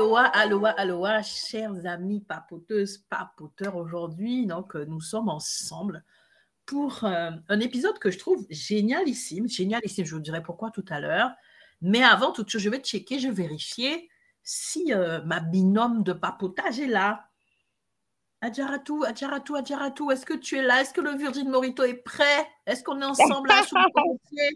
Aloha, aloha, aloha, chers amis papoteuses, papoteurs. Aujourd'hui, donc, nous sommes ensemble pour un épisode que je trouve génialissime. Génialissime, je vous dirai pourquoi tout à l'heure. Mais avant toute chose, je vais checker, je vais vérifier si ma binôme de papotage est là. Adjaratou, Adjaratou, Adjaratou, est-ce que tu es là? Est-ce que le Virgin Morito est prêt? Est-ce qu'on est ensemble là sous le pompier?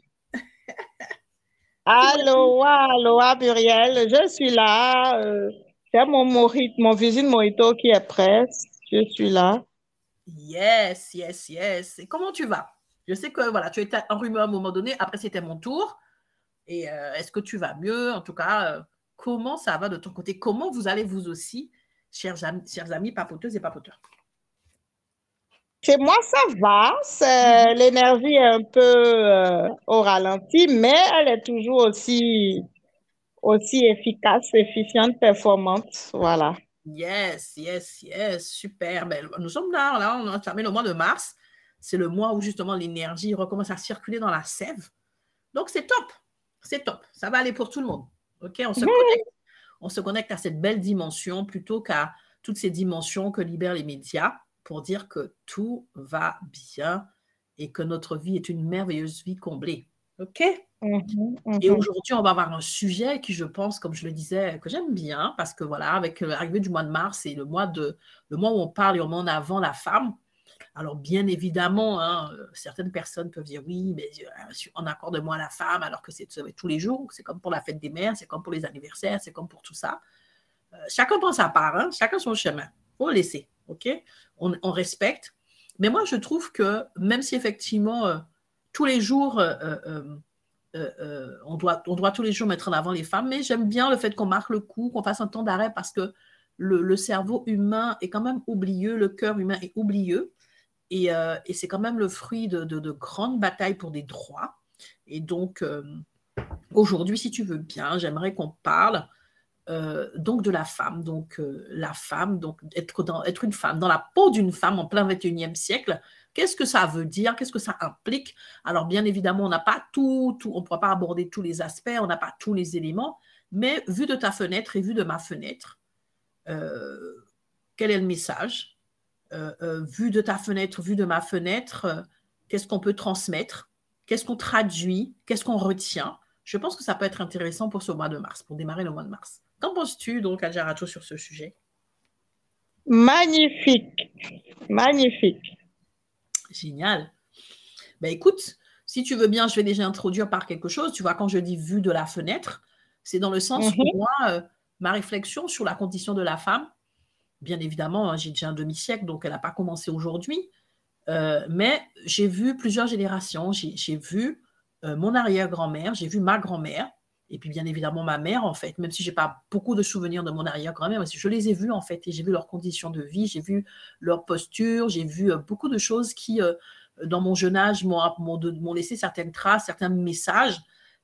Aloha, aloha Muriel, je suis là. C'est mon visite Mojito qui est prêt. Je suis là. Yes, yes, yes. Et comment tu vas? Je sais que voilà, tu étais enrhumé à un moment donné, après c'était mon tour. Et est-ce que tu vas mieux? En tout cas, comment ça va de ton côté? Comment vous allez vous aussi, chers amis papoteuses et papoteurs? Chez moi, ça va. L'énergie est un peu au ralenti, mais elle est toujours aussi efficace, efficiente, performante. Voilà. Yes, yes, yes, super. Ben, nous sommes là, on a entamé le mois de mars. C'est le mois où justement l'énergie recommence à circuler dans la sève. Donc c'est top, c'est top. Ça va aller pour tout le monde. OK, on se connecte à cette belle dimension plutôt qu'à toutes ces dimensions que libèrent les médias pour dire que tout va bien et que notre vie est une merveilleuse vie comblée. OK? Mhm, Et mhm. aujourd'hui, on va avoir un sujet qui, je pense, comme je le disais, que j'aime bien parce que voilà, avec l'arrivée du mois de mars, c'est le mois où on parle et on met en avant la femme. Alors, bien évidemment, hein, certaines personnes peuvent dire oui, mais on accorde moins à la femme alors que c'est tous les jours. C'est comme pour la fête des mères, c'est comme pour les anniversaires, c'est comme pour tout ça. Chacun prend sa part, hein, chacun son chemin. Il faut le laisser, OK? On respecte. Mais moi, je trouve que même si effectivement, tous les jours, on doit tous les jours mettre en avant les femmes, mais j'aime bien le fait qu'on marque le coup, qu'on fasse un temps d'arrêt parce que le cerveau humain est quand même oublieux, le cœur humain est oublieux. Et c'est quand même le fruit de grandes batailles pour des droits. Et donc, aujourd'hui, si tu veux bien, j'aimerais qu'on parle donc de la femme. Donc, la femme, donc être une femme, dans la peau d'une femme en plein 21e siècle, qu'est-ce que ça veut dire? Qu'est-ce que ça implique? Alors, bien évidemment, on n'a pas on ne pourra pas aborder tous les aspects, on n'a pas tous les éléments, mais vu de ta fenêtre et vu de ma fenêtre, euh, quel est le message? Vu de ta fenêtre, vu de ma fenêtre, qu'est-ce qu'on peut transmettre? Qu'est-ce qu'on traduit? Qu'est-ce qu'on retient? Je pense que ça peut être intéressant pour ce mois de mars, pour démarrer le mois de mars. Qu'en penses-tu donc, Adjarato, sur ce sujet? Magnifique, magnifique. Génial. Ben écoute, si tu veux bien, je vais déjà introduire par quelque chose. Tu vois, quand je dis vue de la fenêtre, c'est dans le sens où Mhm. moi, ma réflexion sur la condition de la femme, bien évidemment, hein, j'ai déjà un demi-siècle, donc elle n'a pas commencé aujourd'hui. Mais j'ai vu plusieurs générations. J'ai vu mon arrière-grand-mère, j'ai vu ma grand-mère, et puis bien évidemment ma mère, en fait, même si je n'ai pas beaucoup de souvenirs de mon arrière-grand-mère, mais je les ai vus, en fait, et j'ai vu leurs conditions de vie, j'ai vu leur posture, j'ai vu beaucoup de choses qui, dans mon jeune âge, m'ont laissé certaines traces, certains messages,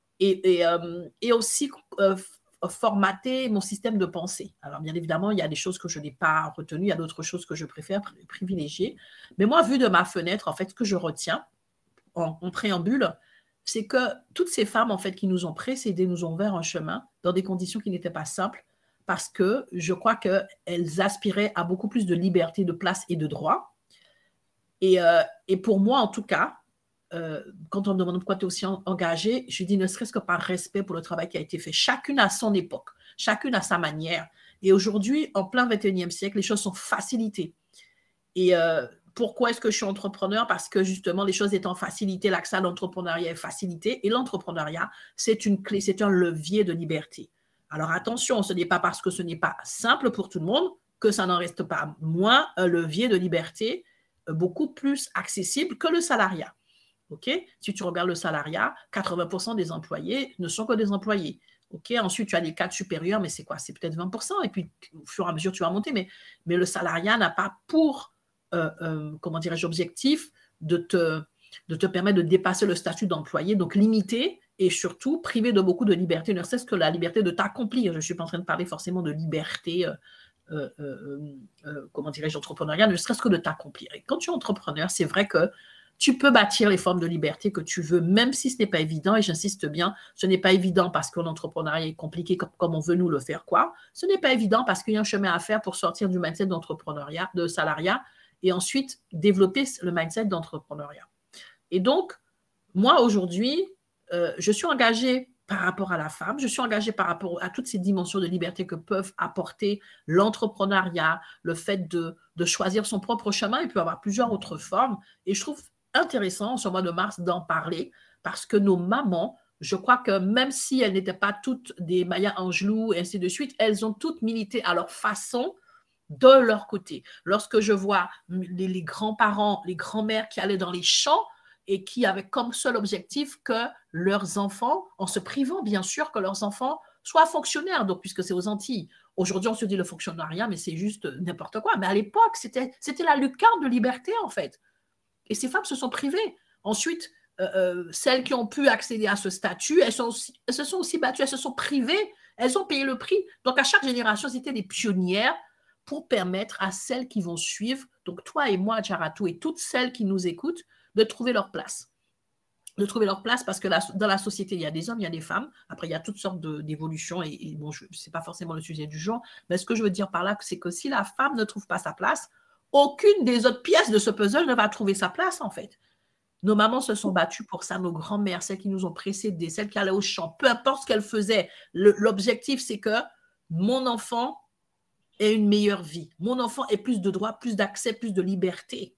et aussi formater mon système de pensée. Alors, bien évidemment, il y a des choses que je n'ai pas retenues, il y a d'autres choses que je préfère privilégier. Mais moi, vu de ma fenêtre, en fait, ce que je retiens en préambule, c'est que toutes ces femmes, en fait, qui nous ont précédés, nous ont ouvert un chemin dans des conditions qui n'étaient pas simples, parce que je crois qu'elles aspiraient à beaucoup plus de liberté, de place et de droit. Et pour moi, en tout cas, quand on me demande pourquoi tu es aussi engagé, je dis ne serait-ce que par respect pour le travail qui a été fait. Chacune à son époque, chacune à sa manière. Et aujourd'hui, en plein 21e siècle, les choses sont facilitées. Et pourquoi est-ce que je suis entrepreneur? Parce que justement, les choses étant facilitées, l'accès à l'entrepreneuriat est facilité. Et l'entrepreneuriat, c'est une clé, c'est un levier de liberté. Alors attention, ce n'est pas parce que ce n'est pas simple pour tout le monde que ça n'en reste pas moins un levier de liberté beaucoup plus accessible que le salariat. OK? Si tu regardes le salariat, 80% des employés ne sont que des employés. OK? Ensuite, tu as des cadres supérieurs, mais c'est quoi? C'est peut-être 20%. Et puis, au fur et à mesure, tu vas monter. Mais le salariat n'a pas pour, comment dirais-je, objectif de te permettre de dépasser le statut d'employé, donc limiter et surtout priver de beaucoup de liberté, ne serait-ce que la liberté de t'accomplir. Je ne suis pas en train de parler forcément de liberté, comment dirais-je, entrepreneuriale, ne serait-ce que de t'accomplir. Et quand tu es entrepreneur, c'est vrai que tu peux bâtir les formes de liberté que tu veux, même si ce n'est pas évident, et j'insiste bien, ce n'est pas évident parce que l'entrepreneuriat est compliqué comme on veut nous le faire quoi. Ce n'est pas évident parce qu'il y a un chemin à faire pour sortir du mindset d'entrepreneuriat, de salariat, et ensuite développer le mindset d'entrepreneuriat. Et donc, moi, aujourd'hui, je suis engagée par rapport à la femme, je suis engagée par rapport à toutes ces dimensions de liberté que peuvent apporter l'entrepreneuriat, le fait de choisir son propre chemin. Il peut y avoir plusieurs autres formes. Et je trouve intéressant, ce mois de mars, d'en parler parce que nos mamans, je crois que même si elles n'étaient pas toutes des Maya Angelou et ainsi de suite, elles ont toutes milité à leur façon de leur côté. Lorsque je vois les grands-parents, les grands-mères qui allaient dans les champs, et qui avaient comme seul objectif que leurs enfants, en se privant bien sûr que leurs enfants soient fonctionnaires, donc puisque c'est aux Antilles. Aujourd'hui, on se dit le fonctionnariat, mais c'est juste n'importe quoi. Mais à l'époque, c'était la lucarne de liberté, en fait. Et ces femmes se sont privées. Ensuite, celles qui ont pu accéder à ce statut, elles se sont aussi battues, elles se sont privées, elles ont payé le prix. Donc, à chaque génération, c'était des pionnières pour permettre à celles qui vont suivre, donc toi et moi, Jaratou, et toutes celles qui nous écoutent, de trouver leur place. De trouver leur place parce que dans la société, il y a des hommes, il y a des femmes. Après, il y a toutes sortes d'évolutions et bon, ce n'est pas forcément le sujet du jour. Mais ce que je veux dire par là, c'est que si la femme ne trouve pas sa place, aucune des autres pièces de ce puzzle ne va trouver sa place, en fait. Nos mamans se sont battues pour ça, nos grands-mères, celles qui nous ont précédées, celles qui allaient au champ, peu importe ce qu'elles faisaient. L'objectif, c'est que mon enfant ait une meilleure vie. Mon enfant ait plus de droits, plus d'accès, plus de liberté.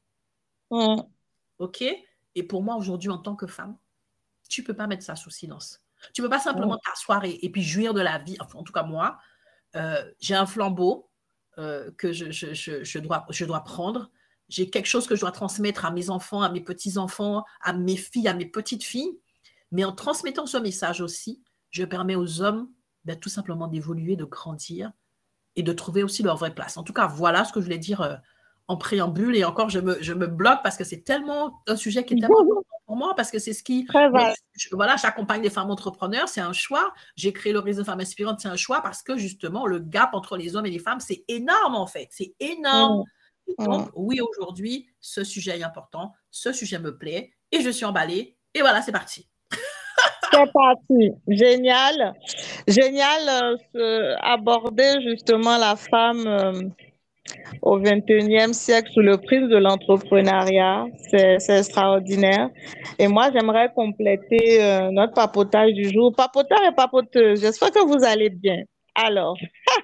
OK? Et pour moi, aujourd'hui, en tant que femme, tu ne peux pas mettre ça sous silence. Tu ne peux pas simplement t'asseoir et puis jouir de la vie. Enfin, en tout cas, moi, j'ai un flambeau que je dois prendre. J'ai quelque chose que je dois transmettre à mes enfants, à mes petits-enfants, à mes filles, à mes petites-filles. Mais en transmettant ce message aussi, je permets aux hommes tout simplement d'évoluer, de grandir et de trouver aussi leur vraie place. En tout cas, voilà ce que je voulais dire en préambule. Et encore, je me bloque parce que c'est tellement un sujet qui est tellement important pour moi parce que c'est ce qui... Voilà, j'accompagne des femmes entrepreneurs, c'est un choix. J'ai créé le réseau Femmes Inspirantes, c'est un choix parce que justement, le gap entre les hommes et les femmes, c'est énorme en fait. C'est énorme. Donc, oui, aujourd'hui, ce sujet est important, ce sujet me plaît et je suis emballée. Et voilà, c'est parti. C'est parti. Génial. Génial aborder justement la femme au 21e siècle sous le prisme de l'entrepreneuriat. C'est extraordinaire. Et moi, j'aimerais compléter notre papotage du jour. Papoteur et papoteuse, j'espère que vous allez bien. Alors,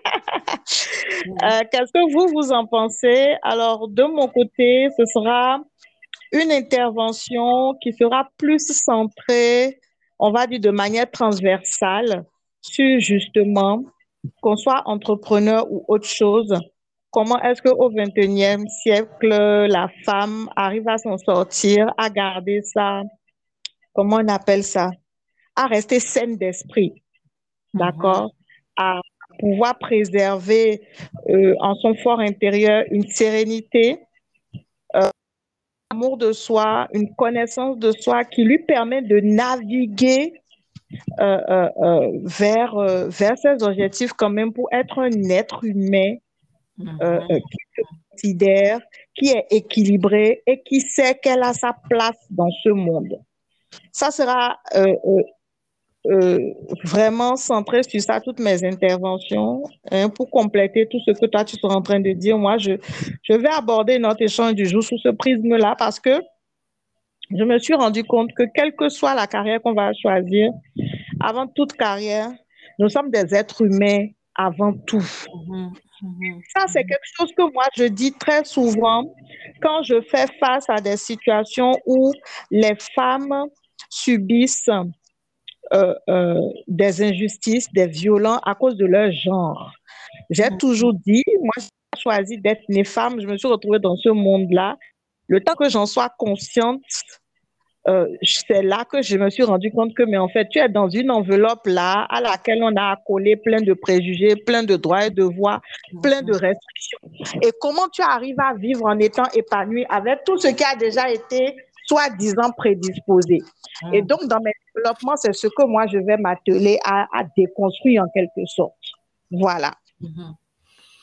qu'est-ce que vous en pensez? Alors, de mon côté, ce sera une intervention qui sera plus centrée, on va dire de manière transversale, sur justement qu'on soit entrepreneur ou autre chose. Comment est-ce qu'au 21e siècle, la femme arrive à s'en sortir, à garder ça, comment on appelle ça, à rester saine d'esprit, d'accord, à pouvoir préserver en son fort intérieur une sérénité, amour de soi, une connaissance de soi qui lui permet de naviguer vers ses objectifs quand même pour être un être humain qui se considère, qui est équilibré et qui sait qu'elle a sa place dans ce monde. Ça sera vraiment centré sur ça, toutes mes interventions, hein, pour compléter tout ce que toi tu seras en train de dire. Moi, je vais aborder notre échange du jour sous ce prisme-là parce que je me suis rendu compte que quelle que soit la carrière qu'on va choisir, avant toute carrière, nous sommes des êtres humains avant tout. Ça, c'est quelque chose que moi, je dis très souvent quand je fais face à des situations où les femmes subissent des injustices, des violences à cause de leur genre. J'ai toujours dit, moi, j'ai choisi d'être née femme, je me suis retrouvée dans ce monde-là. Le temps que j'en sois consciente, c'est là que je me suis rendu compte que, mais en fait, tu es dans une enveloppe là à laquelle on a accolé plein de préjugés, plein de droits et devoirs, plein de restrictions. Et comment tu arrives à vivre en étant épanouie avec tout ce qui a déjà été soi-disant prédisposé. Et donc, dans mes développements, c'est ce que moi, je vais m'atteler à déconstruire en quelque sorte. Voilà.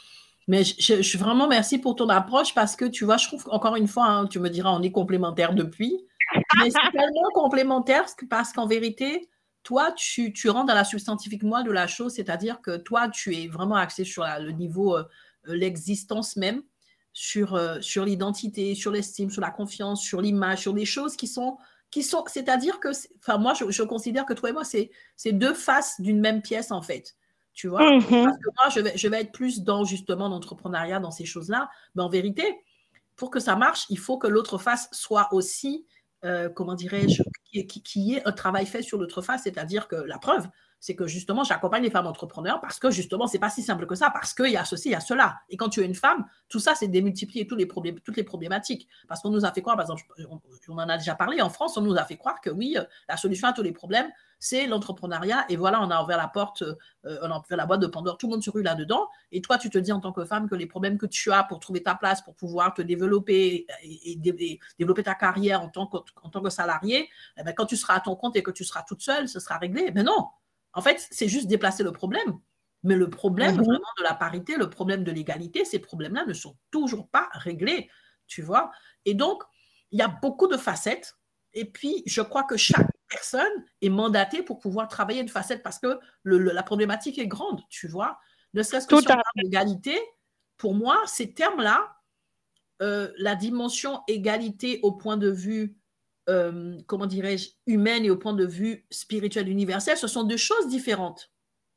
Mais vraiment merci pour ton approche parce que tu vois, je trouve encore une fois, hein, tu me diras, on est complémentaires depuis, mais c'est tellement complémentaire parce qu'en vérité, toi, tu rentres dans la substantifique moelle de la chose, c'est-à-dire que toi, tu es vraiment axé sur le niveau, l'existence même, sur l'identité, sur l'estime, sur la confiance, sur l'image, sur des choses c'est-à-dire que, enfin, moi, je considère que toi et moi, c'est deux faces d'une même pièce, en fait. Tu vois? Parce que moi, je vais être plus dans justement l'entrepreneuriat, dans ces choses-là. Mais en vérité, pour que ça marche, il faut que l'autre face soit aussi, comment dirais-je, qu'il y ait un travail fait sur l'autre face. C'est-à-dire que la preuve, c'est que justement, j'accompagne les femmes entrepreneurs parce que justement, c'est pas si simple que ça, parce qu'il y a ceci, il y a cela. Et quand tu es une femme, tout ça, c'est démultiplier toutes les problématiques. Parce qu'on nous a fait croire, par exemple, on en a déjà parlé, en France, on nous a fait croire que oui, la solution à tous les problèmes, c'est l'entrepreneuriat. Et voilà, on a ouvert la porte, on a ouvert la boîte de Pandore, tout le monde se rue là-dedans. Et toi, tu te dis en tant que femme que les problèmes que tu as pour trouver ta place, pour pouvoir te développer et développer ta carrière en tant que salarié, eh bien, quand tu seras à ton compte et que tu seras toute seule, ce sera réglé. Mais non, en fait, c'est juste déplacer le problème. Mais le problème vraiment de la parité, le problème de l'égalité, ces problèmes-là ne sont toujours pas réglés, tu vois. Et donc, il y a beaucoup de facettes. Et puis, je crois que chaque personne est mandatée pour pouvoir travailler une facette parce que la problématique est grande, tu vois. Ne serait-ce que si on parle d'égalité, pour moi, ces termes-là, la dimension égalité au point de vue, comment dirais-je, humaine et au point de vue spirituel universel, ce sont deux choses différentes.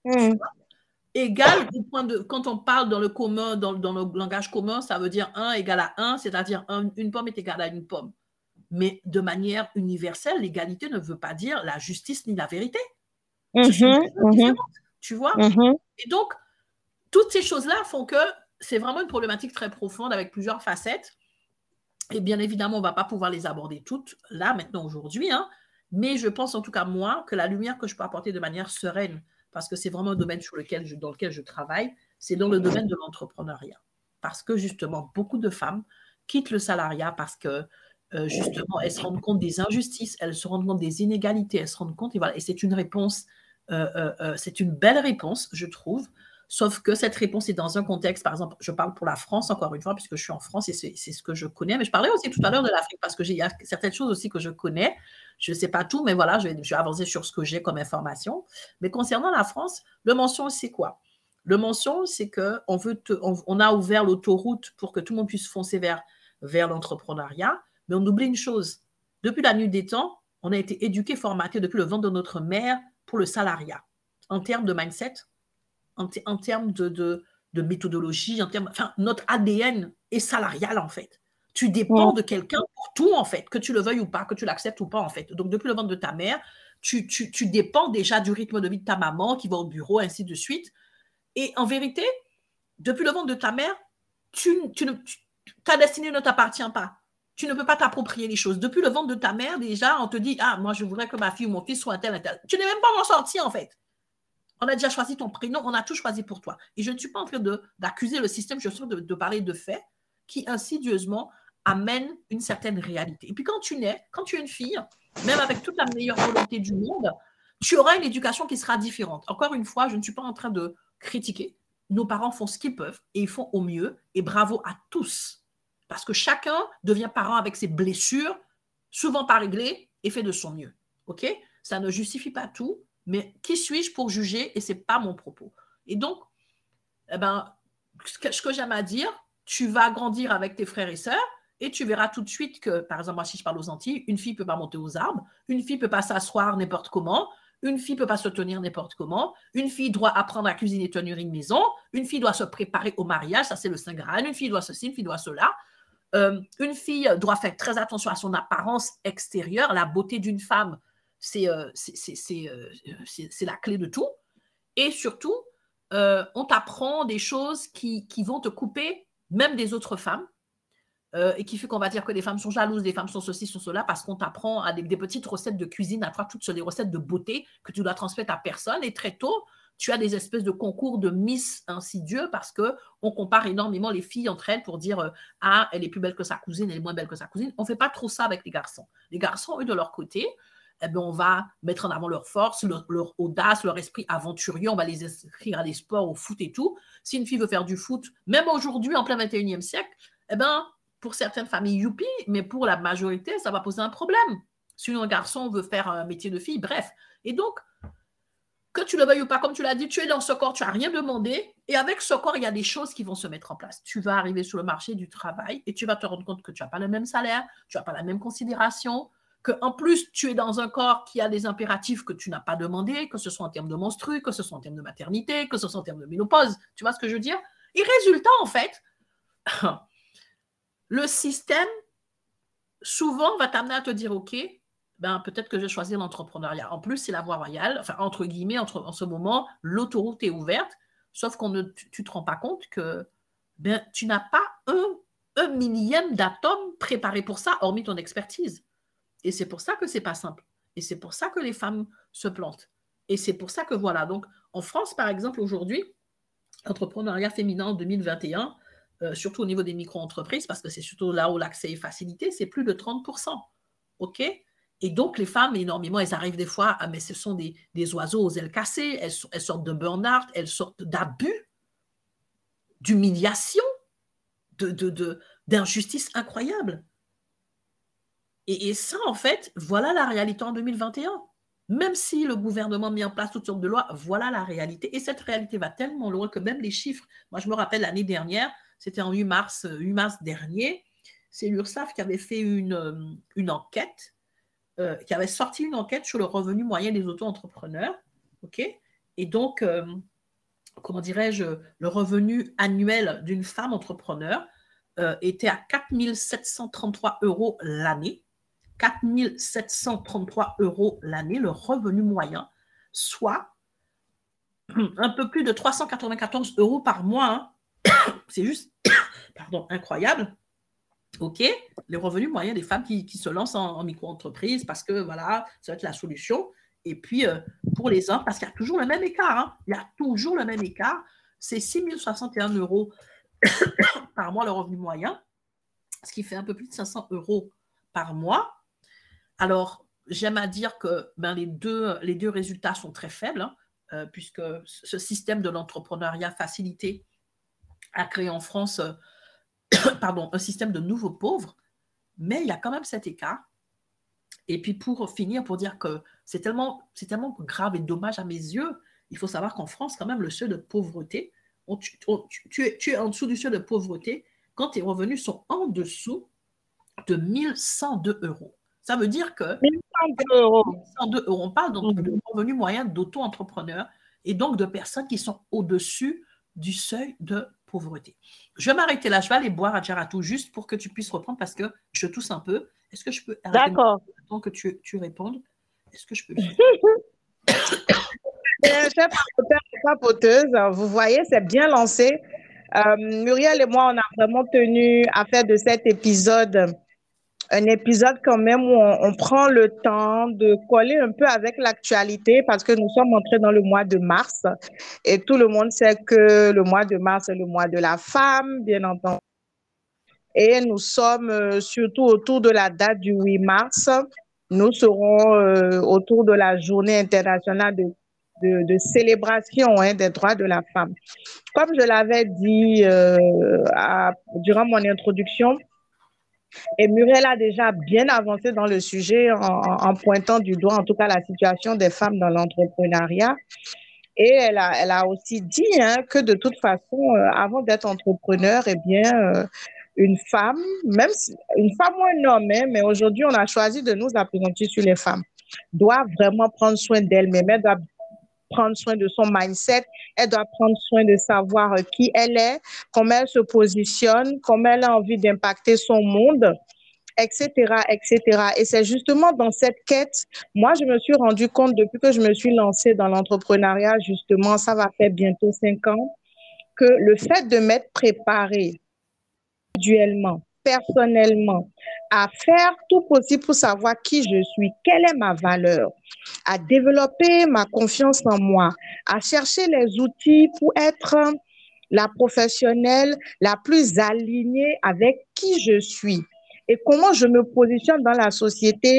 Égal au point de, quand on parle dans le commun, dans le langage commun, ça veut dire 1 égale à 1, c'est-à-dire une pomme est égale à une pomme. Mais de manière universelle, l'égalité ne veut pas dire la justice ni la vérité. Ce sont des choses différentes, tu vois. Et donc, toutes ces choses-là font que c'est vraiment une problématique très profonde avec plusieurs facettes. Et bien évidemment, on ne va pas pouvoir les aborder toutes là, maintenant, aujourd'hui. Hein. Mais je pense en tout cas, moi, que la lumière que je peux apporter de manière sereine, parce que c'est vraiment un domaine dans lequel je travaille, c'est dans le domaine de l'entrepreneuriat. Parce que justement, beaucoup de femmes quittent le salariat parce que justement, elles se rendent compte des injustices, elles se rendent compte des inégalités, elles se rendent compte, et voilà. Et c'est une réponse, c'est une belle réponse, je trouve. Sauf que cette réponse est dans un contexte, par exemple, je parle pour la France, encore une fois, puisque je suis en France et c'est ce que je connais. Mais je parlais aussi tout à l'heure de l'Afrique, parce qu'il y a certaines choses aussi que je connais. Je ne sais pas tout, mais voilà, je vais avancer sur ce que j'ai comme information. Mais concernant la France, le mention, c'est quoi? Le mention, c'est qu'on a ouvert l'autoroute pour que tout le monde puisse foncer vers l'entrepreneuriat. Mais on oublie une chose. Depuis la nuit des temps, on a été éduqués, formatés depuis le ventre de notre mère pour le salariat. En termes de mindset, en termes de méthodologie, enfin, notre ADN est salarial, en fait. Tu dépends de quelqu'un pour tout, en fait, que tu le veuilles ou pas, que tu l'acceptes ou pas, en fait. Donc, depuis le ventre de ta mère, tu dépends déjà du rythme de vie de ta maman qui va au bureau, ainsi de suite. Et en vérité, depuis le ventre de ta mère, ta destinée ne t'appartient pas. Tu ne peux pas t'approprier les choses. Depuis le ventre de ta mère, déjà, on te dit, ah, moi, je voudrais que ma fille ou mon fils soit un tel, un tel. Tu n'es même pas en sorti, en fait. On a déjà choisi ton prénom, on a tout choisi pour toi. Et je ne suis pas en train d'accuser le système, je suis en train de parler de faits qui insidieusement amènent une certaine réalité. Et puis quand tu es une fille, même avec toute la meilleure volonté du monde, tu auras une éducation qui sera différente. Encore une fois, je ne suis pas en train de critiquer. Nos parents font ce qu'ils peuvent et ils font au mieux. Et bravo à tous. Parce que chacun devient parent avec ses blessures, souvent pas réglées, et fait de son mieux. OK? Ça ne justifie pas tout. Mais qui suis-je pour juger? Et ce n'est pas mon propos. Et donc, ce que j'aime à dire, tu vas grandir avec tes frères et sœurs et tu verras tout de suite que, par exemple, moi, si je parle aux Antilles, une fille ne peut pas monter aux arbres, une fille ne peut pas s'asseoir n'importe comment, une fille ne peut pas se tenir n'importe comment, une fille doit apprendre à cuisiner et tenir une maison, une fille doit se préparer au mariage, ça c'est le Saint Graal, une fille doit ceci, une fille doit cela. Une fille doit faire très attention à son apparence extérieure, la beauté d'une femme, c'est la clé de tout. Et surtout, on t'apprend des choses qui vont te couper même des autres femmes et qui fait qu'on va dire que les femmes sont jalouses, les femmes sont ceci, sont cela, parce qu'on t'apprend à des petites recettes de cuisine, à toi, toutes les recettes de beauté que tu dois transmettre à personne. Et très tôt, tu as des espèces de concours de Miss insidieux parce qu'on compare énormément les filles entre elles pour dire ah, elle est plus belle que sa cousine, elle est moins belle que sa cousine. On ne fait pas trop ça avec les garçons. Les garçons, eux, de leur côté, eh bien, on va mettre en avant leur force, leur audace, leur esprit aventurier. On va les inscrire à des sports, au foot et tout. Si une fille veut faire du foot, même aujourd'hui, en plein 21e siècle, eh bien, pour certaines familles, youpi, mais pour la majorité, ça va poser un problème. Si un garçon veut faire un métier de fille, bref. Et donc, que tu le veuilles ou pas, comme tu l'as dit, tu es dans ce corps, tu n'as rien demandé. Et avec ce corps, il y a des choses qui vont se mettre en place. Tu vas arriver sur le marché du travail et tu vas te rendre compte que tu n'as pas le même salaire, tu n'as pas la même considération, qu'en plus, tu es dans un corps qui a des impératifs que tu n'as pas demandé, que ce soit en termes de menstru, que ce soit en termes de maternité, que ce soit en termes de ménopause. Tu vois ce que je veux dire? Et résultat, en fait, le système, souvent, va t'amener à te dire, OK, ben, peut-être que je vais choisir l'entrepreneuriat. En plus, c'est la voie royale, enfin, entre guillemets, en ce moment, l'autoroute est ouverte, sauf qu'on ne tu te rends pas compte que ben, tu n'as pas un millième d'atome préparé pour ça, hormis ton expertise. Et c'est pour ça que c'est pas simple. Et c'est pour ça que les femmes se plantent. Et c'est pour ça que voilà. Donc, en France, par exemple, aujourd'hui, entrepreneuriat féminin en 2021, surtout au niveau des micro-entreprises, parce que c'est surtout là où l'accès est facilité, c'est plus de 30%. OK? Et donc, les femmes, énormément, elles arrivent des fois, mais ce sont des oiseaux aux ailes cassées, elles sortent de burn-out, elles sortent d'abus, d'humiliation, d'injustice incroyable. Et ça, en fait, voilà la réalité en 2021. Même si le gouvernement a mis en place toutes sortes de lois, voilà la réalité. Et cette réalité va tellement loin que même les chiffres, moi je me rappelle l'année dernière, c'était en 8 mars dernier, c'est l'URSSAF qui avait fait une enquête, qui avait sorti une enquête sur le revenu moyen des auto-entrepreneurs. OK? Et donc, comment dirais-je, le revenu annuel d'une femme entrepreneur était à 4 733 € l'année. 4 733 € l'année, le revenu moyen, soit un peu plus de 394 € par mois. Hein. C'est juste incroyable. OK, les revenus moyens des femmes qui se lancent en micro-entreprise parce que voilà, ça va être la solution. Et puis, pour les hommes, parce qu'il y a toujours le même écart. Hein. Il y a toujours le même écart. C'est 6 061 € par mois le revenu moyen, ce qui fait un peu plus de 500 € par mois. Alors, j'aime à dire que ben, les deux résultats sont très faibles, hein, puisque ce système de l'entrepreneuriat facilité a créé en France un système de nouveaux pauvres, mais il y a quand même cet écart. Et puis pour finir, pour dire que c'est tellement grave et dommage à mes yeux, il faut savoir qu'en France, quand même, le seuil de pauvreté, tu es en dessous du seuil de pauvreté quand tes revenus sont en dessous de 1 102 €. Ça veut dire que 102 €, on parle de revenu moyen d'auto-entrepreneurs et donc de personnes qui sont au-dessus du seuil de pauvreté. Je vais m'arrêter là, je vais aller boire à Djaratou juste pour que tu puisses reprendre parce que je tousse un peu. Est-ce que je peux arrêter avant que tu répondes? Est-ce que je peux le faire? Chère papoteuse, vous voyez, c'est bien lancé. Muriel et moi, on a vraiment tenu à faire de cet épisode un épisode quand même où on prend le temps de coller un peu avec l'actualité parce que nous sommes entrés dans le mois de mars et tout le monde sait que le mois de mars est le mois de la femme, bien entendu. Et nous sommes surtout autour de la date du 8 mars. Nous serons autour de la journée internationale de célébration des droits de la femme. Comme je l'avais dit durant mon introduction, et Muriel a déjà bien avancé dans le sujet en pointant du doigt, en tout cas, la situation des femmes dans l'entrepreneuriat. Et elle a aussi dit que de toute façon, avant d'être entrepreneur, eh bien, une femme, même une femme ou un homme, mais aujourd'hui, on a choisi de nous appesantir sur les femmes, doit vraiment prendre soin d'elle-même. Elle doit prendre soin de son mindset, elle doit prendre soin de savoir qui elle est, comment elle se positionne, comment elle a envie d'impacter son monde, etc., etc. Et c'est justement dans cette quête, moi, je me suis rendu compte depuis que je me suis lancée dans l'entrepreneuriat, justement, ça va faire bientôt 5 ans, que le fait de m'être préparée individuellement, personnellement, à faire tout possible pour savoir qui je suis, quelle est ma valeur, à développer ma confiance en moi, à chercher les outils pour être la professionnelle la plus alignée avec qui je suis et comment je me positionne dans la société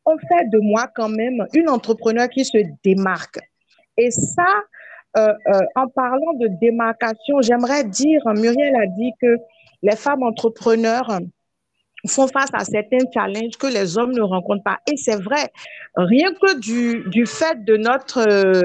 ont fait de moi quand même une entrepreneur qui se démarque. Et ça, en parlant de démarcation, j'aimerais dire, Muriel a dit que les femmes entrepreneurs font face à certains challenges que les hommes ne rencontrent pas. Et c'est vrai, rien que du fait de notre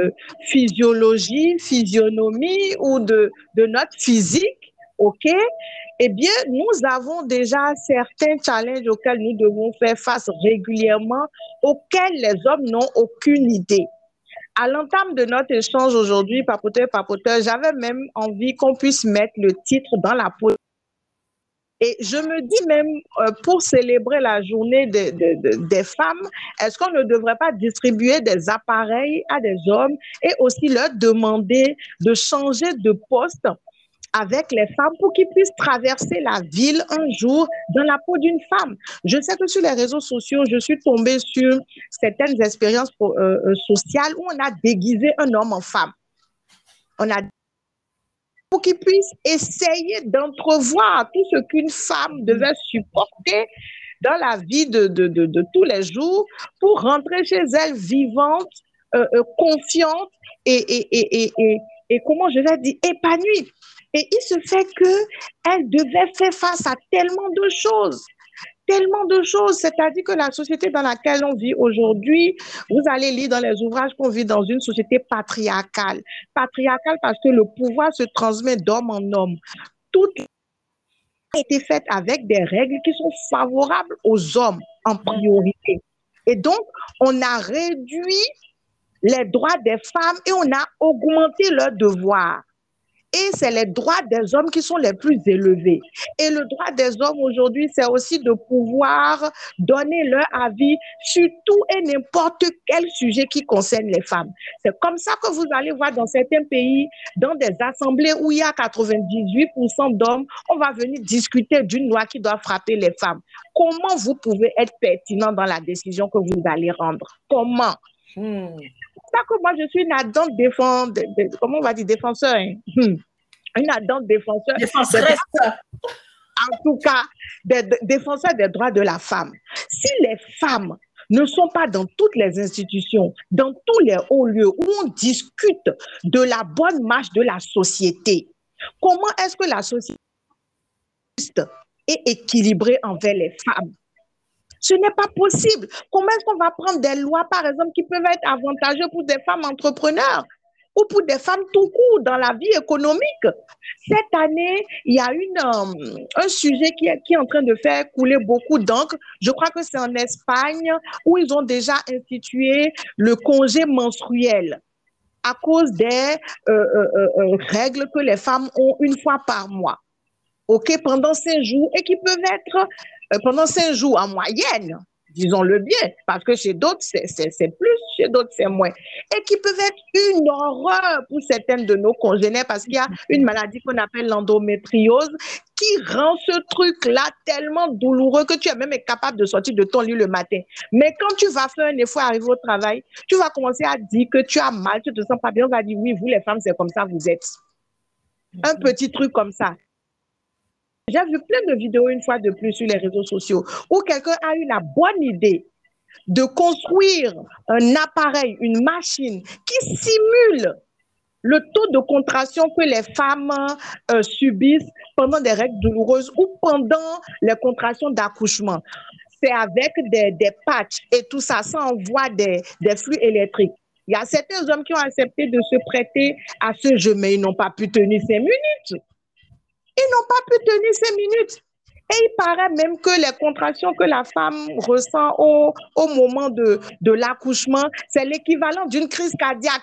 physionomie ou de notre physique, OK, eh bien, nous avons déjà certains challenges auxquels nous devons faire face régulièrement, auxquels les hommes n'ont aucune idée. À l'entame de notre échange aujourd'hui, papoteur, j'avais même envie qu'on puisse mettre le titre dans la pause. Et je me dis même, pour célébrer la journée des femmes, est-ce qu'on ne devrait pas distribuer des appareils à des hommes et aussi leur demander de changer de poste avec les femmes pour qu'ils puissent traverser la ville un jour dans la peau d'une femme? Je sais que sur les réseaux sociaux, je suis tombée sur certaines expériences sociales où on a déguisé un homme en femme. On a pour qu'ils puissent essayer d'entrevoir tout ce qu'une femme devait supporter dans la vie de tous les jours pour rentrer chez elle vivante, confiante et comment je vais dire, épanouie. Et il se fait qu'elle devait faire face à tellement de choses. C'est-à-dire que la société dans laquelle on vit aujourd'hui, vous allez lire dans les ouvrages qu'on vit dans une société patriarcale. Patriarcale parce que le pouvoir se transmet d'homme en homme. Tout a été fait avec des règles qui sont favorables aux hommes en priorité. Et donc, on a réduit les droits des femmes et on a augmenté leurs devoirs. Et c'est les droits des hommes qui sont les plus élevés. Et le droit des hommes aujourd'hui, c'est aussi de pouvoir donner leur avis sur tout et n'importe quel sujet qui concerne les femmes. C'est comme ça que vous allez voir dans certains pays, dans des assemblées où il y a 98% d'hommes, on va venir discuter d'une loi qui doit frapper les femmes. Comment vous pouvez être pertinent dans la décision que vous allez rendre? Comment? C'est ça que moi, je suis une ardente comment on va dire, défenseur, hein? Une ardente défenseur. Défenseresse. En tout cas, défenseur des droits de la femme. Si les femmes ne sont pas dans toutes les institutions, dans tous les hauts lieux où on discute de la bonne marche de la société, comment est-ce que la société est équilibrée envers les femmes? Ce n'est pas possible. Comment est-ce qu'on va prendre des lois, par exemple, qui peuvent être avantageuses pour des femmes entrepreneurs ou pour des femmes tout court dans la vie économique? Cette année, il y a un sujet qui est en train de faire couler beaucoup d'encre. Je crois que c'est en Espagne où ils ont déjà institué le congé menstruel à cause des règles que les femmes ont une fois par mois. OK, pendant 5 jours et qui peuvent être pendant 5 jours en moyenne, disons-le bien, parce que chez d'autres, c'est plus, chez d'autres, c'est moins. Et qui peuvent être une horreur pour certaines de nos congénères parce qu'il y a une maladie qu'on appelle l'endométriose qui rend ce truc-là tellement douloureux que tu es même incapable de sortir de ton lit le matin. Mais quand tu vas faire un effort à arriver au travail, tu vas commencer à dire que tu as mal, tu ne te sens pas bien, on va dire oui, vous les femmes, c'est comme ça, vous êtes. Un petit truc comme ça. J'ai vu plein de vidéos une fois de plus sur les réseaux sociaux où quelqu'un a eu la bonne idée de construire un appareil, une machine qui simule le taux de contraction que les femmes subissent pendant des règles douloureuses ou pendant les contractions d'accouchement. C'est avec des patchs et tout ça, ça envoie des flux électriques. Il y a certains hommes qui ont accepté de se prêter à ce jeu, mais ils n'ont pas pu tenir 5 minutes. Ils n'ont pas pu tenir 5 minutes. Et il paraît même que les contractions que la femme ressent au moment de l'accouchement, c'est l'équivalent d'une crise cardiaque.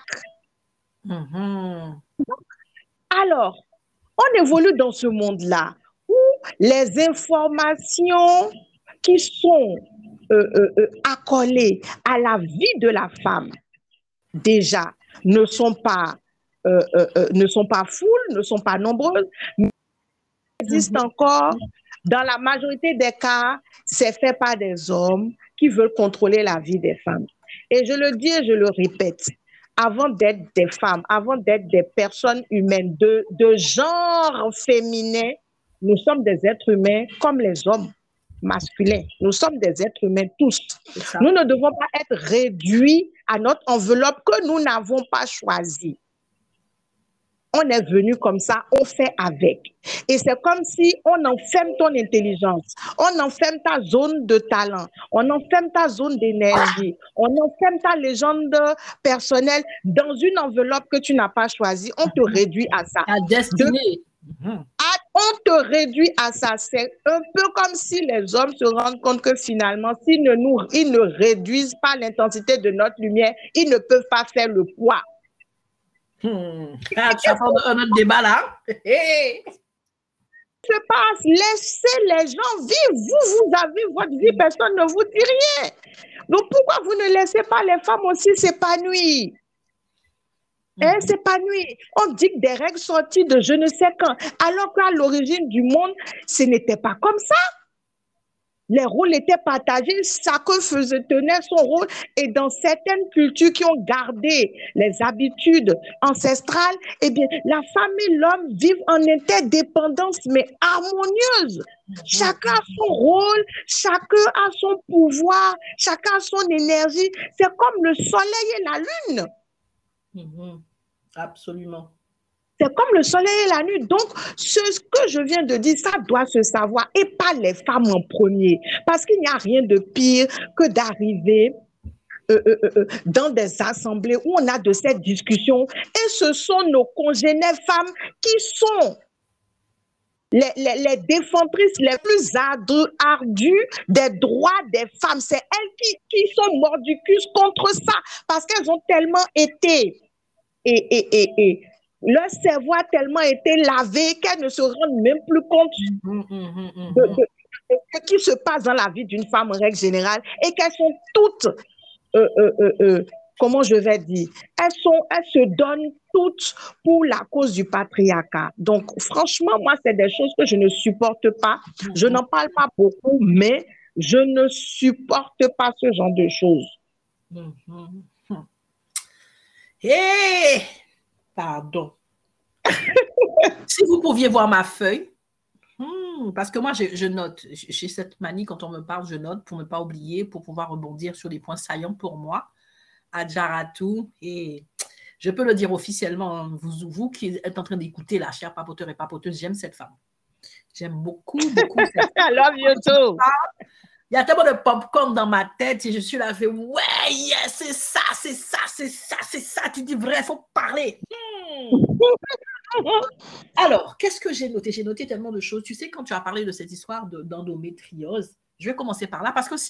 Alors, on évolue dans ce monde-là où les informations qui sont accolées à la vie de la femme, déjà, ne sont pas foules, ne sont pas nombreuses, mais existe encore, dans la majorité des cas, c'est fait par des hommes qui veulent contrôler la vie des femmes. Et je le dis et je le répète, avant d'être des femmes, avant d'être des personnes humaines de genre féminin, nous sommes des êtres humains comme les hommes. masculin. Nous sommes des êtres humains tous. Ça. Nous ne devons pas être réduits à notre enveloppe que nous n'avons pas choisie. On est venu comme ça, on fait avec. Et c'est comme si on enferme ton intelligence, on enferme ta zone de talent, on enferme ta zone d'énergie, on enferme ta légende personnelle dans une enveloppe que tu n'as pas choisie. On te réduit à ça. Ta destinée. On te réduit à ça. C'est un peu comme si les hommes se rendent compte que finalement, ils ne réduisent pas l'intensité de notre lumière, ils ne peuvent pas faire le poids. Tu as fait un autre débat là. Se passe, laissez les gens vivre. Vous avez votre vie, personne ne vous dit rien. Donc pourquoi vous ne laissez pas les femmes aussi s'épanouir? S'épanouir. On dicte des règles sorties de je ne sais quand, alors qu'à l'origine du monde, ce n'était pas comme ça. Les rôles étaient partagés, chacun tenait son rôle, et dans certaines cultures qui ont gardé les habitudes ancestrales, eh bien, la femme et l'homme vivent en interdépendance, mais harmonieuse. Chacun a son rôle, chacun a son pouvoir, chacun a son énergie. C'est comme le soleil et la lune. Absolument. C'est comme le soleil et la nuit. Donc, ce que je viens de dire, ça doit se savoir, et pas les femmes en premier. Parce qu'il n'y a rien de pire que d'arriver dans des assemblées où on a de cette discussion, et ce sont nos congénères femmes qui sont les défendrices les plus ardues des droits des femmes. C'est elles qui sont mordicus contre ça, parce qu'elles ont tellement été... leur cerveau a tellement été lavé qu'elles ne se rendent même plus compte de ce qui se passe dans la vie d'une femme en règle générale, et qu'elles sont toutes, comment je vais dire, elles se donnent toutes pour la cause du patriarcat. Donc, franchement, moi, c'est des choses que je ne supporte pas. Je n'en parle pas beaucoup, mais je ne supporte pas ce genre de choses. Hé! Pardon. Si vous pouviez voir ma feuille, parce que moi, je note. J'ai cette manie, quand on me parle, je note pour ne pas oublier, pour pouvoir rebondir sur les points saillants pour moi. Adjaratou, et je peux le dire officiellement, vous qui êtes en train d'écouter, la chère papoteur et papoteuse, j'aime cette femme. J'aime beaucoup, beaucoup cette femme. I love you too. Il y a tellement de popcorn dans ma tête et je suis là, je fais, ouais, yes, c'est ça, c'est ça, c'est ça, c'est ça. Tu dis vrai, il faut parler. Alors, qu'est-ce que j'ai noté? J'ai noté tellement de choses. Tu sais, quand tu as parlé de cette histoire d'endométriose, je vais commencer par là parce que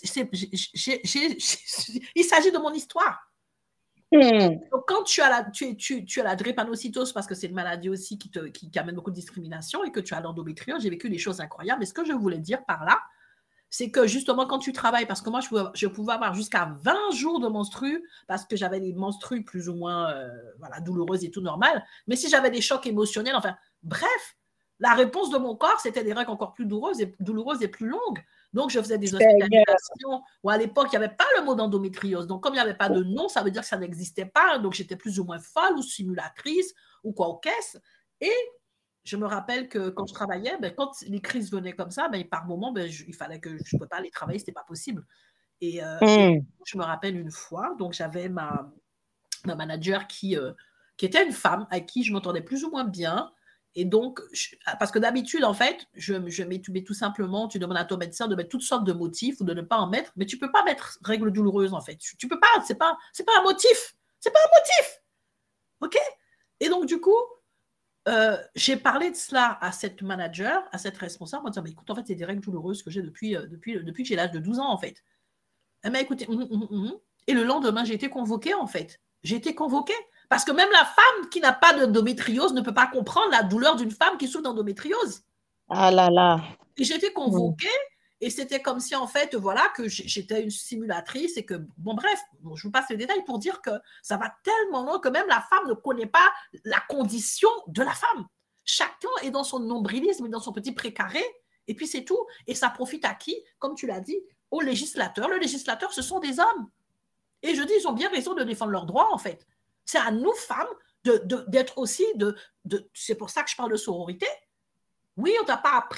il s'agit de mon histoire. Donc, quand tu as la drépanocytose, parce que c'est une maladie aussi qui amène beaucoup de discrimination, et que tu as l'endométriose, j'ai vécu des choses incroyables. Mais ce que je voulais dire par là, c'est que justement, quand tu travailles, parce que moi, je pouvais avoir jusqu'à 20 jours de menstrues, parce que j'avais des menstrues plus ou moins douloureuses et tout normal. Mais si j'avais des chocs émotionnels, enfin, bref, la réponse de mon corps, c'était des règles encore plus douloureuses et plus longues. Donc, je faisais des hospitalisations où à l'époque, il n'y avait pas le mot d'endométriose. Donc, comme il n'y avait pas de nom, ça veut dire que ça n'existait pas. Donc, j'étais plus ou moins folle ou simulatrice ou quoi au caisse. Et je me rappelle que quand je travaillais, quand les crises venaient comme ça, par moment, il fallait que je ne pouvais pas aller travailler, ce n'était pas possible. Et je me rappelle une fois, donc j'avais ma manager qui était une femme avec qui je m'entendais plus ou moins bien. Et donc, parce que d'habitude, en fait, je mets tout simplement, tu demandes à ton médecin de mettre toutes sortes de motifs ou de ne pas en mettre, mais tu ne peux pas mettre règles douloureuses, en fait. Tu peux pas, c'est pas un motif. C'est pas un motif. OK? Et donc, du coup, j'ai parlé de cela à cette manager, à cette responsable, en disant, écoute, en fait, c'est des règles douloureuses que j'ai depuis que j'ai l'âge de 12 ans, en fait. Elle m'a écouté. Et le lendemain, j'ai été convoquée, en fait. J'ai été convoquée. Parce que même la femme qui n'a pas d'endométriose ne peut pas comprendre la douleur d'une femme qui souffre d'endométriose. Ah là là. Et j'ai été convoquée, et c'était comme si, en fait, voilà, que j'étais une simulatrice et que, bon, bref, je vous passe les détails pour dire que ça va tellement loin que même la femme ne connaît pas la condition de la femme. Chacun est dans son nombrilisme et dans son petit précaré, et puis c'est tout. Et ça profite à qui? Comme tu l'as dit, aux législateurs. Le législateur, ce sont des hommes. Et je dis, ils ont bien raison de défendre leurs droits, en fait. C'est à nous, femmes, d'être aussi... c'est pour ça que je parle de sororité. Oui, on ne t'a pas appris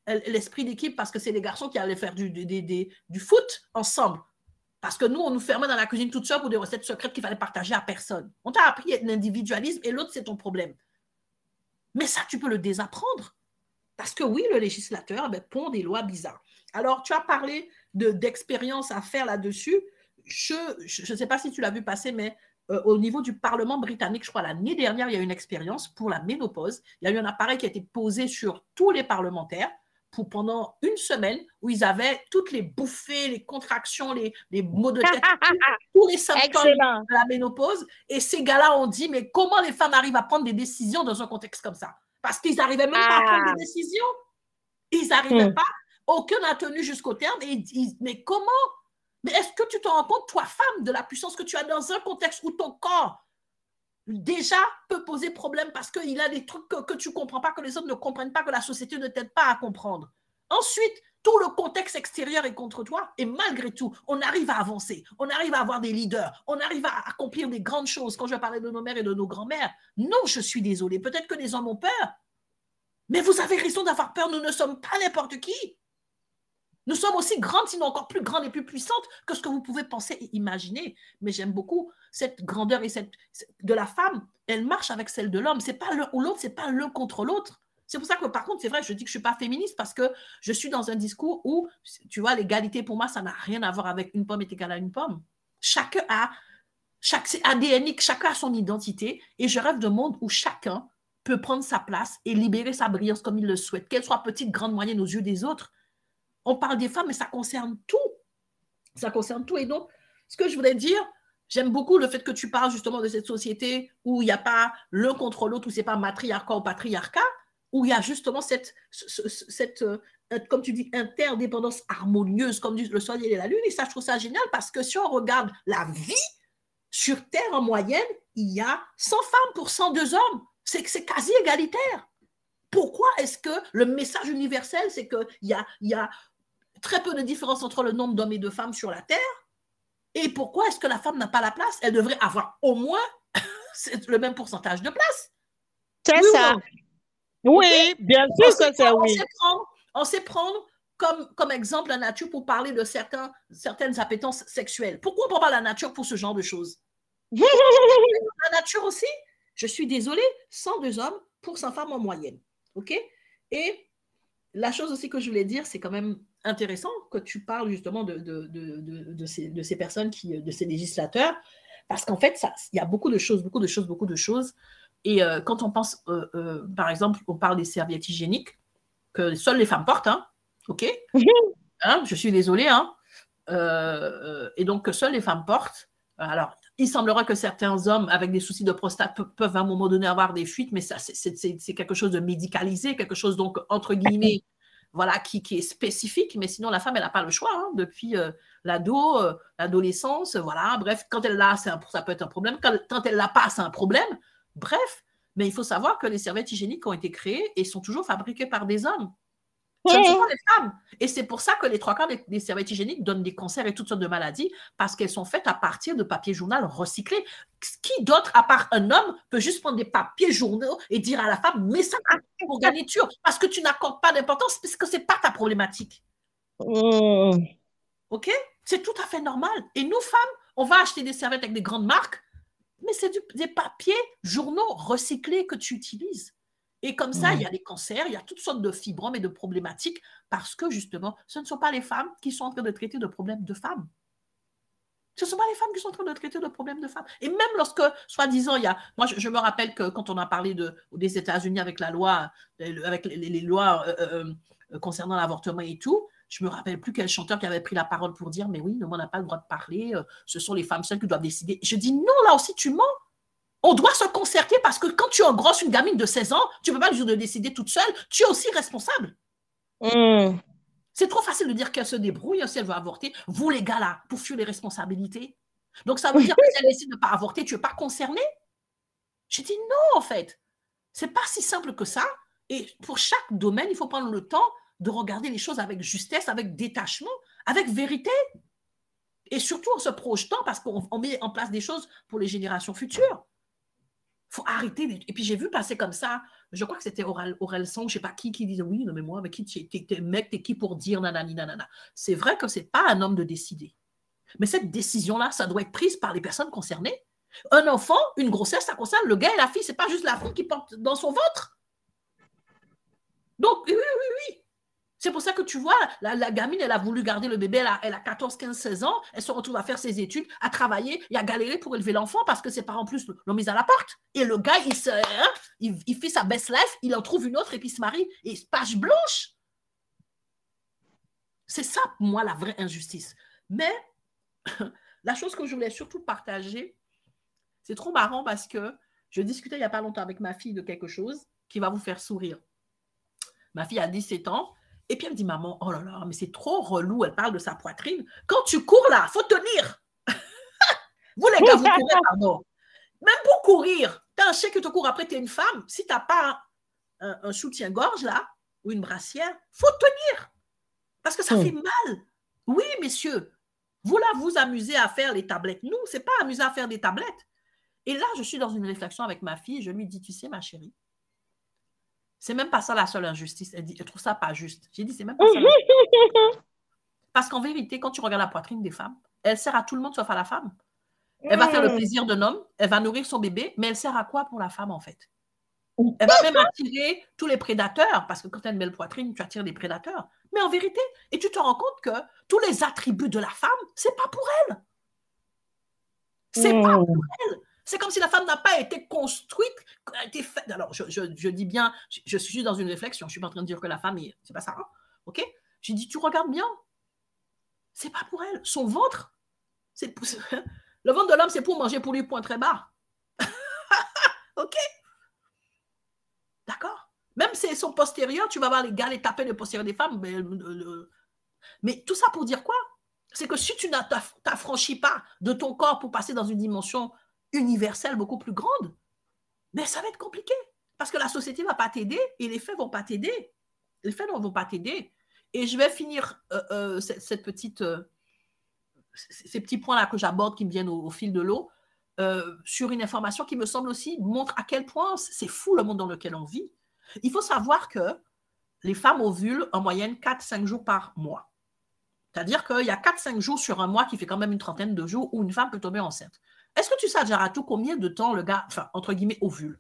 l'esprit d'équipe parce que c'est des garçons qui allaient faire du foot ensemble. Parce que nous, on nous fermait dans la cuisine toute seule pour des recettes secrètes qu'il fallait partager à personne. On t'a appris l'individualisme et l'autre, c'est ton problème. Mais ça, tu peux le désapprendre. Parce que oui, le législateur pond des lois bizarres. Alors, tu as parlé d'expérience à faire là-dessus. Je ne sais pas si tu l'as vu passer, mais au niveau du Parlement britannique, je crois l'année dernière, il y a eu une expérience pour la ménopause. Il y a eu un appareil qui a été posé sur tous les parlementaires pendant une semaine où ils avaient toutes les bouffées, les contractions, les maux de tête, tous les symptômes de la ménopause. Et ces gars-là ont dit, mais comment les femmes arrivent à prendre des décisions dans un contexte comme ça? Parce qu'ils n'arrivaient même pas à prendre des décisions. Ils n'arrivaient pas. Aucun n'a tenu jusqu'au terme. Mais comment? Mais est-ce que tu te rends compte, toi, femme, de la puissance que tu as dans un contexte où ton corps déjà peut poser problème parce qu'il a des trucs que tu ne comprends pas, que les autres ne comprennent pas, que la société ne t'aide pas à comprendre. Ensuite, tout le contexte extérieur est contre toi et malgré tout, on arrive à avancer, on arrive à avoir des leaders, on arrive à accomplir des grandes choses. Quand je parlais de nos mères et de nos grands-mères, non, je suis désolée, peut-être que les hommes ont peur, mais vous avez raison d'avoir peur, nous ne sommes pas n'importe qui. Nous sommes aussi grandes, sinon encore plus grandes et plus puissantes que ce que vous pouvez penser et imaginer. Mais j'aime beaucoup cette grandeur et de la femme. Elle marche avec celle de l'homme. C'est pas l'un ou l'autre, c'est pas l'un contre l'autre. C'est pour ça que, par contre, c'est vrai, je dis que je ne suis pas féministe parce que je suis dans un discours où, tu vois, l'égalité, pour moi, ça n'a rien à voir avec une pomme est égale à une pomme. Chacun a, c'est ADNique, chacun a son identité et je rêve d'un monde où chacun peut prendre sa place et libérer sa brillance comme il le souhaite, qu'elle soit petite, grande, moyenne aux yeux des autres. On parle des femmes, mais ça concerne tout. Ça concerne tout. Et donc, ce que je voulais dire, j'aime beaucoup le fait que tu parles justement de cette société où il n'y a pas l'un contre l'autre, où ce n'est pas matriarcat ou patriarcat, où il y a justement cette comme tu dis, interdépendance harmonieuse, comme dit le soleil et la lune. Et ça, je trouve ça génial parce que si on regarde la vie sur Terre en moyenne, il y a 100 femmes pour 102 hommes. C'est quasi égalitaire. Pourquoi est-ce que le message universel, c'est qu'il y a très peu de différence entre le nombre d'hommes et de femmes sur la Terre? Et pourquoi est-ce que la femme n'a pas la place? Elle devrait avoir au moins le même pourcentage de place. C'est oui ça. Oui, okay? Bien sûr que c'est oui. On sait prendre comme exemple la nature pour parler de certaines appétences sexuelles. Pourquoi on prend pas la nature pour ce genre de choses? La nature aussi, je suis désolée, 102 hommes pour 100 femmes en moyenne. OK? Et la chose aussi que je voulais dire, c'est quand même intéressant que tu parles justement de ces personnes, de ces législateurs, parce qu'en fait, il y a beaucoup de choses. Et quand on pense, par exemple, on parle des serviettes hygiéniques, que seules les femmes portent, hein, OK? Hein, je suis désolée, hein? Et donc que seules les femmes portent. Alors, il semblera que certains hommes avec des soucis de prostate peuvent à un moment donné avoir des fuites, mais ça, c'est quelque chose de médicalisé, quelque chose donc, entre guillemets, voilà, qui est spécifique, mais sinon la femme, elle n'a pas le choix, hein, depuis l'adolescence, voilà, bref, quand elle l'a, ça peut être un problème, quand elle l'a pas, c'est un problème, bref, mais il faut savoir que les serviettes hygiéniques ont été créées et sont toujours fabriquées par des hommes. Ce ne sont pas les femmes. Et c'est pour ça que les 3 quarts des serviettes hygiéniques donnent des cancers et toutes sortes de maladies, parce qu'elles sont faites à partir de papier journal recyclé. Qui d'autre, à part un homme, peut juste prendre des papiers journaux et dire à la femme, mets ça pour garniture, parce que tu n'accordes pas d'importance, parce que ce n'est pas ta problématique. OK? C'est tout à fait normal. Et nous, femmes, on va acheter des serviettes avec des grandes marques, mais c'est des papiers journaux recyclés que tu utilises. Et comme ça, il y a des cancers, il y a toutes sortes de fibromes et de problématiques parce que, justement, ce ne sont pas les femmes qui sont en train de traiter de problèmes de femmes. Ce ne sont pas les femmes qui sont en train de traiter de problèmes de femmes. Et même lorsque, soi-disant, il y a... Moi, je me rappelle que quand on a parlé des États-Unis avec la loi, avec les lois concernant l'avortement et tout, je ne me rappelle plus quel chanteur qui avait pris la parole pour dire « Mais oui, on n'a pas le droit de parler, ce sont les femmes seules qui doivent décider. » Je dis « Non, là aussi, tu mens. » On doit se concerter parce que quand tu engrosses une gamine de 16 ans, tu ne peux pas lui dire de décider toute seule. Tu es aussi responsable. C'est trop facile de dire qu'elle se débrouille si elle veut avorter. Vous, les gars, là, pour fuir les responsabilités. Donc, ça veut dire que si elle décide de ne pas avorter, tu n'es pas concerné? J'ai dit non, en fait. Ce n'est pas si simple que ça. Et pour chaque domaine, il faut prendre le temps de regarder les choses avec justesse, avec détachement, avec vérité. Et surtout en se projetant parce qu'on met en place des choses pour les générations futures. faut arrêter. Et puis j'ai vu passer comme ça, je crois que c'était Orelsan, je ne sais pas qui disait oui, non mais moi, mais qui t'es mec, t'es qui pour dire nanani nanana. C'est vrai que ce n'est pas un homme de décider. Mais cette décision-là, ça doit être prise par les personnes concernées. Un enfant, une grossesse, ça concerne le gars et la fille, c'est pas juste la fille qui porte dans son ventre. Donc, oui. C'est pour ça que tu vois, la gamine, elle a voulu garder le bébé, elle a 14, 15, 16 ans, elle se retrouve à faire ses études, à travailler, et à galérer pour élever l'enfant parce que ses parents, en plus, l'ont mis à la porte. Et le gars, il fait sa best life, il en trouve une autre et puis il se marie, et page blanche. C'est ça, pour moi, la vraie injustice. Mais la chose que je voulais surtout partager, c'est trop marrant parce que je discutais il n'y a pas longtemps avec ma fille de quelque chose qui va vous faire sourire. Ma fille a 17 ans. Et puis elle me dit, maman, oh là là, mais c'est trop relou, elle parle de sa poitrine. Quand tu cours là, il faut tenir. Vous les gars, vous courez, pardon. Même pour courir, tu as un chien qui te court après, tu es une femme. Si tu n'as pas un soutien-gorge là, ou une brassière, il faut tenir. Parce que ça fait mal. Oui, messieurs, vous là, vous amusez à faire les tablettes. Nous, ce n'est pas amuser à faire des tablettes. Et là, je suis dans une réflexion avec ma fille, je lui dis, tu sais, ma chérie, c'est même pas ça la seule injustice. Elle dit, je trouve ça pas juste. J'ai dit, c'est même pas ça. Parce qu'en vérité, quand tu regardes la poitrine des femmes, elle sert à tout le monde sauf à la femme. Elle va faire le plaisir d'un homme, elle va nourrir son bébé, mais elle sert à quoi pour la femme en fait? Elle va même attirer tous les prédateurs, parce que quand tu as une belle poitrine, tu attires des prédateurs. Mais en vérité, et tu te rends compte que tous les attributs de la femme, c'est pas pour elle. C'est pas pour elle. C'est comme si la femme n'a pas été construite, a été faite. Alors, je dis bien, je suis dans une réflexion. Je ne suis pas en train de dire que la femme, c'est pas ça. Hein? OK? Je dis, tu regardes bien. C'est pas pour elle. Son ventre, le ventre de l'homme, c'est pour manger pour lui, point très bas. OK? D'accord? Même si c'est son postérieur, tu vas voir les gars les taper le postérieur des femmes. Mais tout ça pour dire quoi? C'est que si tu t'affranchis pas de ton corps pour passer dans une dimension universelle beaucoup plus grande, mais ça va être compliqué. Parce que la société ne va pas t'aider et les faits ne vont pas t'aider. Les faits ne vont pas t'aider. Et je vais finir ces petits points-là que j'aborde qui me viennent au fil de l'eau sur une information qui me semble aussi montre à quel point c'est fou le monde dans lequel on vit. Il faut savoir que les femmes ovulent en moyenne 4-5 jours par mois. C'est-à-dire qu'il y a 4-5 jours sur un mois qui fait quand même une trentaine de jours où une femme peut tomber enceinte. Est-ce que tu sais, Jaratou, combien de temps le gars, enfin, entre guillemets, ovule?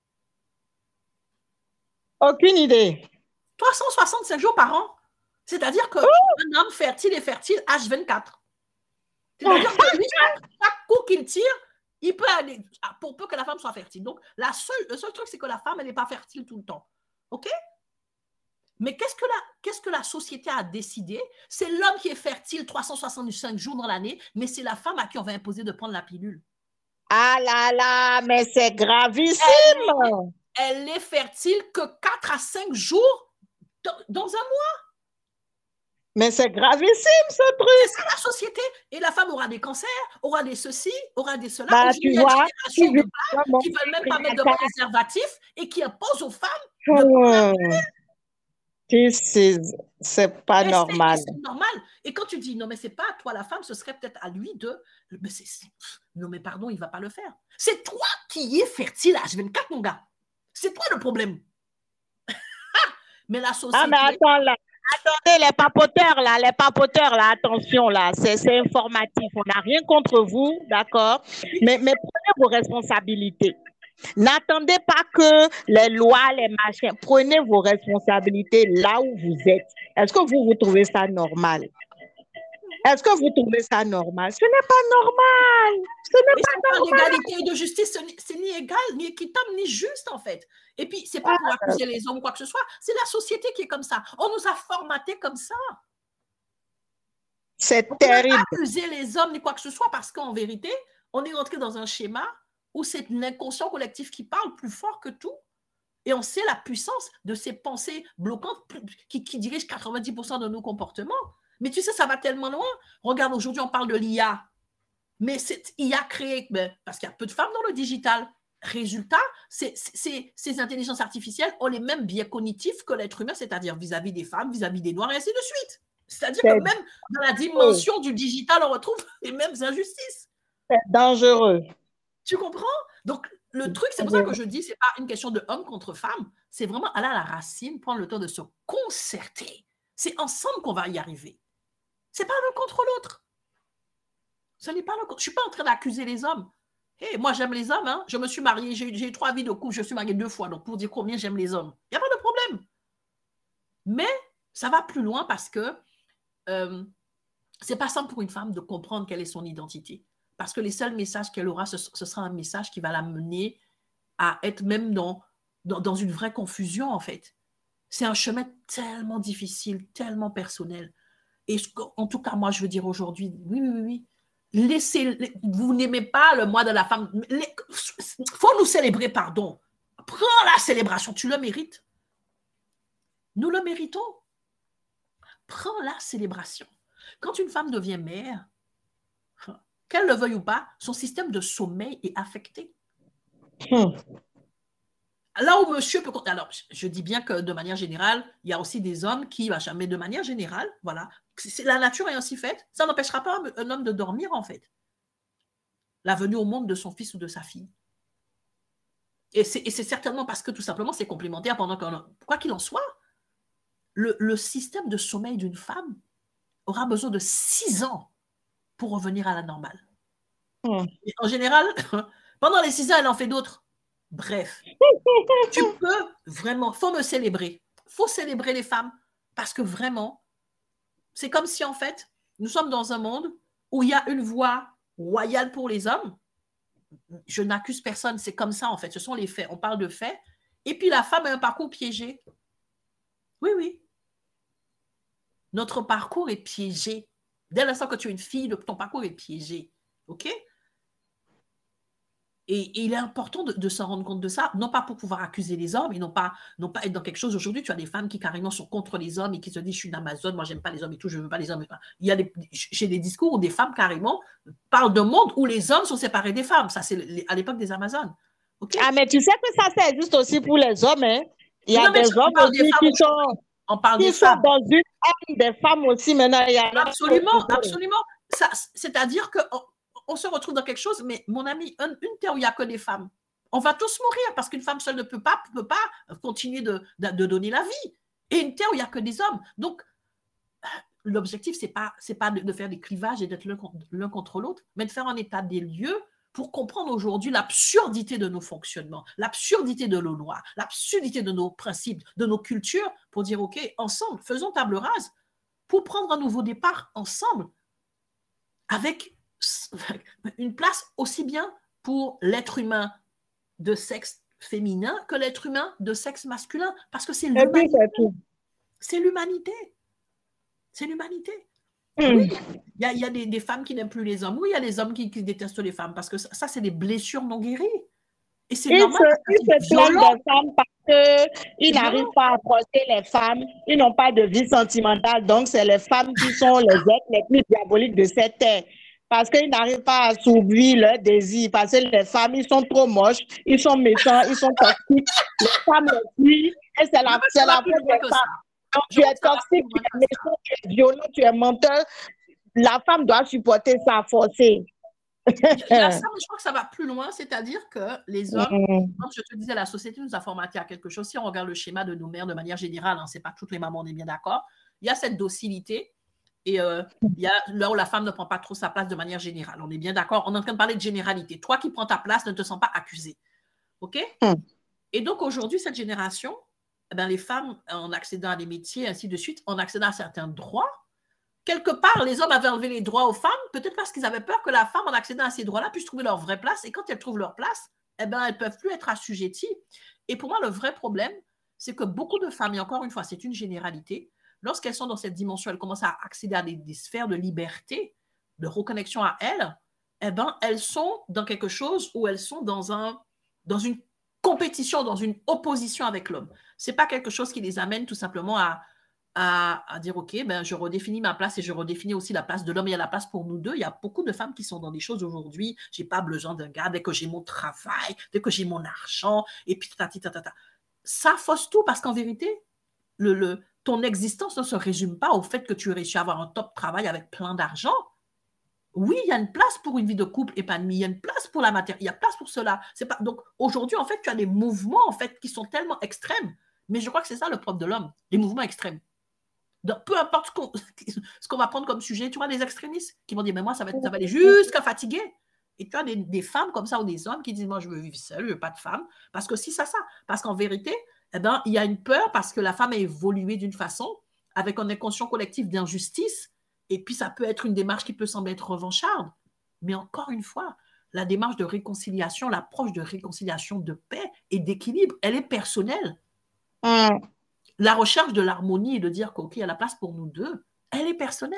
Aucune idée. 365 jours par an. C'est-à-dire qu'un homme fertile est fertile H24. C'est-à-dire que lui, chaque coup qu'il tire, il peut aller, pour peu que la femme soit fertile. Donc, le seul truc, c'est que la femme, elle n'est pas fertile tout le temps. OK? Mais qu'est-ce que la société a décidé? C'est l'homme qui est fertile 365 jours dans l'année, mais c'est la femme à qui on va imposer de prendre la pilule. Ah là là, mais c'est gravissime! Elle est fertile que 4 à 5 jours dans un mois. Mais c'est gravissime, ce truc! C'est ça la société. Et la femme aura des cancers, aura des ceci, aura des cela. Bah, tu vois, qui ne veulent même pas mettre de préservatif et qui imposent aux femmes de c'est pas normal. C'est normal. Et quand tu dis, non, mais c'est pas à toi la femme, ce serait peut-être à lui de... Mais non, mais pardon, il va pas le faire. C'est toi qui es fertile à H24, mon gars. C'est toi le problème. Mais la société... Ah, mais attends, là. Attendez, les papoteurs, là, attention, là, c'est informatif. On n'a rien contre vous, d'accord? Mais prenez vos responsabilités. N'attendez pas que les lois, les machins, prenez vos responsabilités là où vous êtes. Est-ce que vous trouvez ça normal? Est-ce que vous trouvez ça normal? Ce n'est pas normal. Ce n'est pas normal. L'égalité et de justice, c'est ni égal, ni équitable, ni juste, en fait. Et puis, c'est pas pour accuser les hommes ou quoi que ce soit. C'est la société qui est comme ça. On nous a formatés comme ça. C'est terrible. On ne peut pas accuser les hommes ni quoi que ce soit parce qu'en vérité, on est rentré dans un schéma où c'est l'inconscient collectif qui parle plus fort que tout. Et on sait la puissance de ces pensées bloquantes qui dirigent 90% de nos comportements. Mais tu sais, ça va tellement loin. Regarde, aujourd'hui, on parle de l'IA. Mais cette IA créée, parce qu'il y a peu de femmes dans le digital. Résultat, ces intelligences artificielles ont les mêmes biais cognitifs que l'être humain, c'est-à-dire vis-à-vis des femmes, vis-à-vis des noirs, et ainsi de suite. C'est-à-dire que même dans la dimension du digital, on retrouve les mêmes injustices. C'est dangereux. Tu comprends? Donc, le truc, c'est pour ça que je dis, c'est pas une question de homme contre femme, c'est vraiment aller à la racine, prendre le temps de se concerter. C'est ensemble qu'on va y arriver. C'est pas l'un contre l'autre. Ce n'est pas l'un contre. Je suis pas en train d'accuser les hommes. Hey, moi, j'aime les hommes. Hein. Je me suis mariée, j'ai eu 3 vies de couple, je suis mariée 2 fois. Donc, pour dire combien j'aime les hommes, il n'y a pas de problème. Mais ça va plus loin parce que c'est pas simple pour une femme de comprendre quelle est son identité. Parce que les seuls messages qu'elle aura, ce sera un message qui va la mener à être même dans une vraie confusion, en fait. C'est un chemin tellement difficile, tellement personnel. Et en tout cas, moi, je veux dire aujourd'hui, oui. Vous n'aimez pas le mois de la femme. Il faut nous célébrer, pardon. Prends la célébration, tu le mérites. Nous le méritons. Prends la célébration. Quand une femme devient mère, qu'elle le veuille ou pas, son système de sommeil est affecté. Là où monsieur peut... Alors, je dis bien que de manière générale, il y a aussi des hommes qui, mais de manière générale, voilà, la nature est ainsi faite, ça n'empêchera pas un homme de dormir, en fait. La venue au monde de son fils ou de sa fille. Et c'est certainement parce que, tout simplement, c'est complémentaire pendant quoi qu'il en soit, le système de sommeil d'une femme aura besoin de 6 ans pour revenir à la normale. Et en général, pendant les 6 ans, elle en fait d'autres. Bref, tu peux vraiment, il faut me célébrer. Il faut célébrer les femmes parce que vraiment, c'est comme si en fait, nous sommes dans un monde où il y a une voie royale pour les hommes. Je n'accuse personne, c'est comme ça en fait, ce sont les faits, on parle de faits. Et puis la femme a un parcours piégé. Oui. Notre parcours est piégé. Dès l'instant que tu es une fille, ton parcours est piégé. OK? Et il est important de s'en rendre compte de ça, non pas pour pouvoir accuser les hommes, et non pas être dans quelque chose. Aujourd'hui, tu as des femmes qui carrément sont contre les hommes et qui se disent « je suis une Amazone, moi j'aime pas les hommes et tout, je veux pas les hommes ». J'ai des discours où des femmes carrément parlent d'un monde où les hommes sont séparés des femmes. Ça, c'est à l'époque des Amazones. Okay? Ah, mais tu sais que ça existe aussi pour les hommes. Hein? Il y a des hommes aussi qui sont dans une âme des femmes aussi maintenant. Il y a absolument. C'est-à-dire que on se retrouve dans quelque chose, mais mon ami, une terre où il n'y a que des femmes, on va tous mourir parce qu'une femme seule ne peut pas continuer de donner la vie. Et une terre où il n'y a que des hommes. Donc, l'objectif, ce n'est pas de faire des clivages et d'être l'un contre l'autre, mais de faire un état des lieux pour comprendre aujourd'hui l'absurdité de nos fonctionnements, l'absurdité de nos lois, l'absurdité de nos principes, de nos cultures, pour dire, OK, ensemble, faisons table rase pour prendre un nouveau départ ensemble avec une place aussi bien pour l'être humain de sexe féminin que l'être humain de sexe masculin, parce que c'est l'humanité. C'est l'humanité. C'est l'humanité. Oui, il y a des femmes qui n'aiment plus les hommes. Oui, il y a des hommes qui détestent les femmes, parce que ça c'est des blessures non guéries. Et c'est normal. Ils se plaignent des femmes parce qu'ils n'arrivent pas à approcher les femmes. Ils n'ont pas de vie sentimentale. Donc, c'est les femmes qui sont les êtres les plus diaboliques de cette terre. Parce qu'ils n'arrivent pas à s'oublier leurs désirs. Parce que les femmes, ils sont trop moches, ils sont méchants, ils sont toxiques. Les femmes les fuient. Et c'est la faute des femmes. Donc, tu es toxique, tu es méchant, tu es violent, tu es menteur. La femme doit supporter ça, forcer. Je crois que ça va plus loin, c'est-à-dire que les hommes, comme je te disais, la société nous a formaté à quelque chose. Si on regarde le schéma de nos mères de manière générale, c'est pas toutes les mamans, on est bien d'accord, il y a cette docilité et il y a là où la femme ne prend pas trop sa place de manière générale. On est bien d'accord, on est en train de parler de généralité. Toi qui prends ta place, ne te sens pas accusée. OK? Et donc aujourd'hui, cette génération, les femmes, en accédant à des métiers, ainsi de suite, en accédant à certains droits, quelque part, les hommes avaient enlevé les droits aux femmes, peut-être parce qu'ils avaient peur que la femme, en accédant à ces droits-là, puisse trouver leur vraie place. Et quand elles trouvent leur place, elles ne peuvent plus être assujetties. Et pour moi, le vrai problème, c'est que beaucoup de femmes, et encore une fois, c'est une généralité, lorsqu'elles sont dans cette dimension, elles commencent à accéder à des sphères de liberté, de reconnexion à elles, elles sont dans quelque chose où elles sont dans une compétition, dans une opposition avec l'homme. Ce n'est pas quelque chose qui les amène tout simplement à dire, OK, je redéfinis ma place et je redéfinis aussi la place de l'homme. Il y a la place pour nous deux. Il y a beaucoup de femmes qui sont dans des choses aujourd'hui. Je n'ai pas besoin d'un gars dès que j'ai mon travail, dès que j'ai mon argent, et puis ça fausse tout parce qu'en vérité, ton existence ne se résume pas au fait que tu réussis à avoir un top travail avec plein d'argent. Oui, il y a une place pour une vie de couple épanouie, il y a une place pour la matière, il y a place pour cela. C'est pas... Donc aujourd'hui, en fait, tu as des mouvements en fait, qui sont tellement extrêmes, mais je crois que c'est ça le propre de l'homme, les mouvements extrêmes. Donc, peu importe ce qu'on va prendre comme sujet, tu vois, des extrémistes qui vont dire, mais moi, ça va aller jusqu'à fatiguer. Et tu as des femmes comme ça ou des hommes qui disent, moi, je veux vivre seul, je veux pas de femme. Parce que si ça. Parce qu'en vérité, eh ben, il y a une peur parce que la femme a évolué d'une façon avec un inconscient collectif d'injustice. Et puis, ça peut être une démarche qui peut sembler être revancharde. Mais encore une fois, la démarche de réconciliation, l'approche de réconciliation, de paix et d'équilibre, elle est personnelle. La recherche de l'harmonie et de dire qu'il y a la place pour nous deux, elle est personnelle.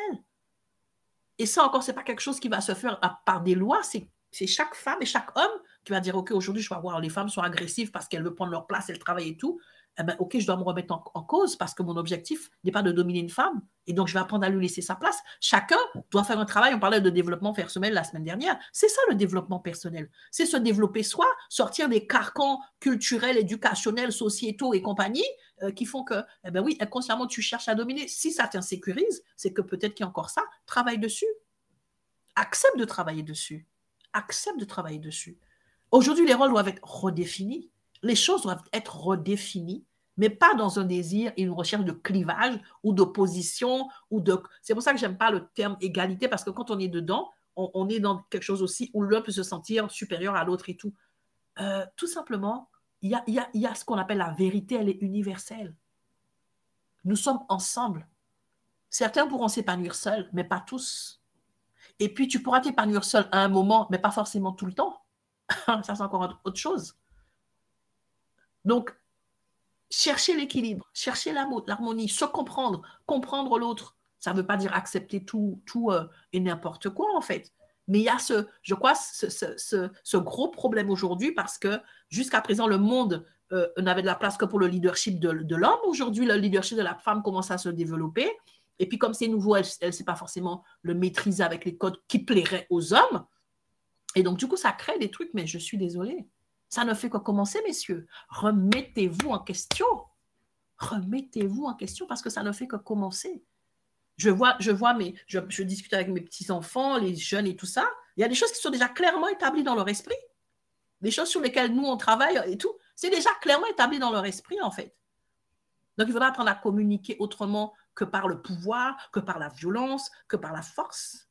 Et ça encore, ce n'est pas quelque chose qui va se faire par des lois, c'est chaque femme et chaque homme qui va dire, OK, aujourd'hui, je vais voir, les femmes sont agressives parce qu'elles veulent prendre leur place, elles travaillent et tout. Eh ben, OK, je dois me remettre en cause parce que mon objectif n'est pas de dominer une femme. Et donc, je vais apprendre à lui laisser sa place. Chacun doit faire un travail. On parlait de développement personnel la semaine dernière. C'est ça le développement personnel. C'est se développer soi, sortir des carcans culturels, éducationnels, sociétaux et compagnie qui font que, eh ben oui, inconsciemment, tu cherches à dominer. Si ça t'insécurise, c'est que peut-être qu'il y a encore ça. Travaille dessus. Accepte de travailler dessus. Accepte de travailler dessus. Aujourd'hui, les rôles doivent être redéfinis. Les choses doivent être redéfinies, mais pas dans un désir et une recherche de clivage ou d'opposition. C'est pour ça que j'aime pas le terme égalité, parce que quand on est dedans, on est dans quelque chose aussi où l'un peut se sentir supérieur à l'autre et tout. Tout simplement, il y a ce qu'on appelle la vérité, elle est universelle. Nous sommes ensemble. Certains pourront s'épanouir seuls, mais pas tous. Et puis, tu pourras t'épanouir seul à un moment, mais pas forcément tout le temps. Ça, c'est encore autre chose. Donc, chercher l'équilibre, chercher l'harmonie, se comprendre, comprendre l'autre. Ça ne veut pas dire accepter tout et n'importe quoi, en fait. Mais il y a je crois, ce gros problème aujourd'hui parce que jusqu'à présent, le monde n'avait de la place que pour le leadership de l'homme. Aujourd'hui, le leadership de la femme commence à se développer. Et puis, comme c'est nouveau, elle ne sait pas forcément le maîtriser avec les codes qui plairaient aux hommes. Et donc, du coup, ça crée des trucs, mais je suis désolée. Ça ne fait que commencer, messieurs. Remettez-vous en question. Remettez-vous en question parce que ça ne fait que commencer. Je discute avec mes petits-enfants, les jeunes et tout ça. Il y a des choses qui sont déjà clairement établies dans leur esprit. Des choses sur lesquelles nous, on travaille et tout. C'est déjà clairement établi dans leur esprit, en fait. Donc, il faudra apprendre à communiquer autrement que par le pouvoir, que par la violence, que par la force.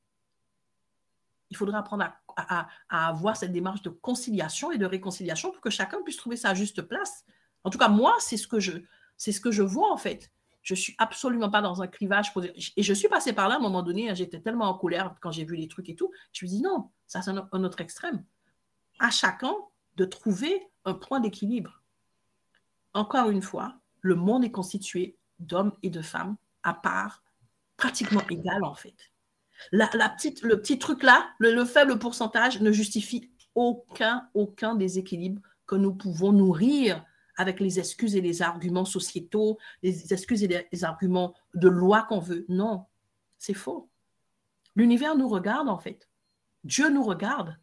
Il faudra apprendre à avoir cette démarche de conciliation et de réconciliation pour que chacun puisse trouver sa juste place. En tout cas, moi, c'est ce que je vois, en fait. Je ne suis absolument pas dans un clivage. Et je suis passée par là à un moment donné. J'étais tellement en colère quand j'ai vu les trucs et tout. Je me suis dit non, ça, c'est un autre extrême. À chacun de trouver un point d'équilibre. Encore une fois, le monde est constitué d'hommes et de femmes à part pratiquement égales, en fait. Le petit truc là, le faible pourcentage ne justifie aucun déséquilibre que nous pouvons nourrir avec les excuses et les arguments sociétaux, les excuses et les arguments de loi qu'on veut. Non, c'est faux. L'univers nous regarde, en fait. Dieu nous regarde.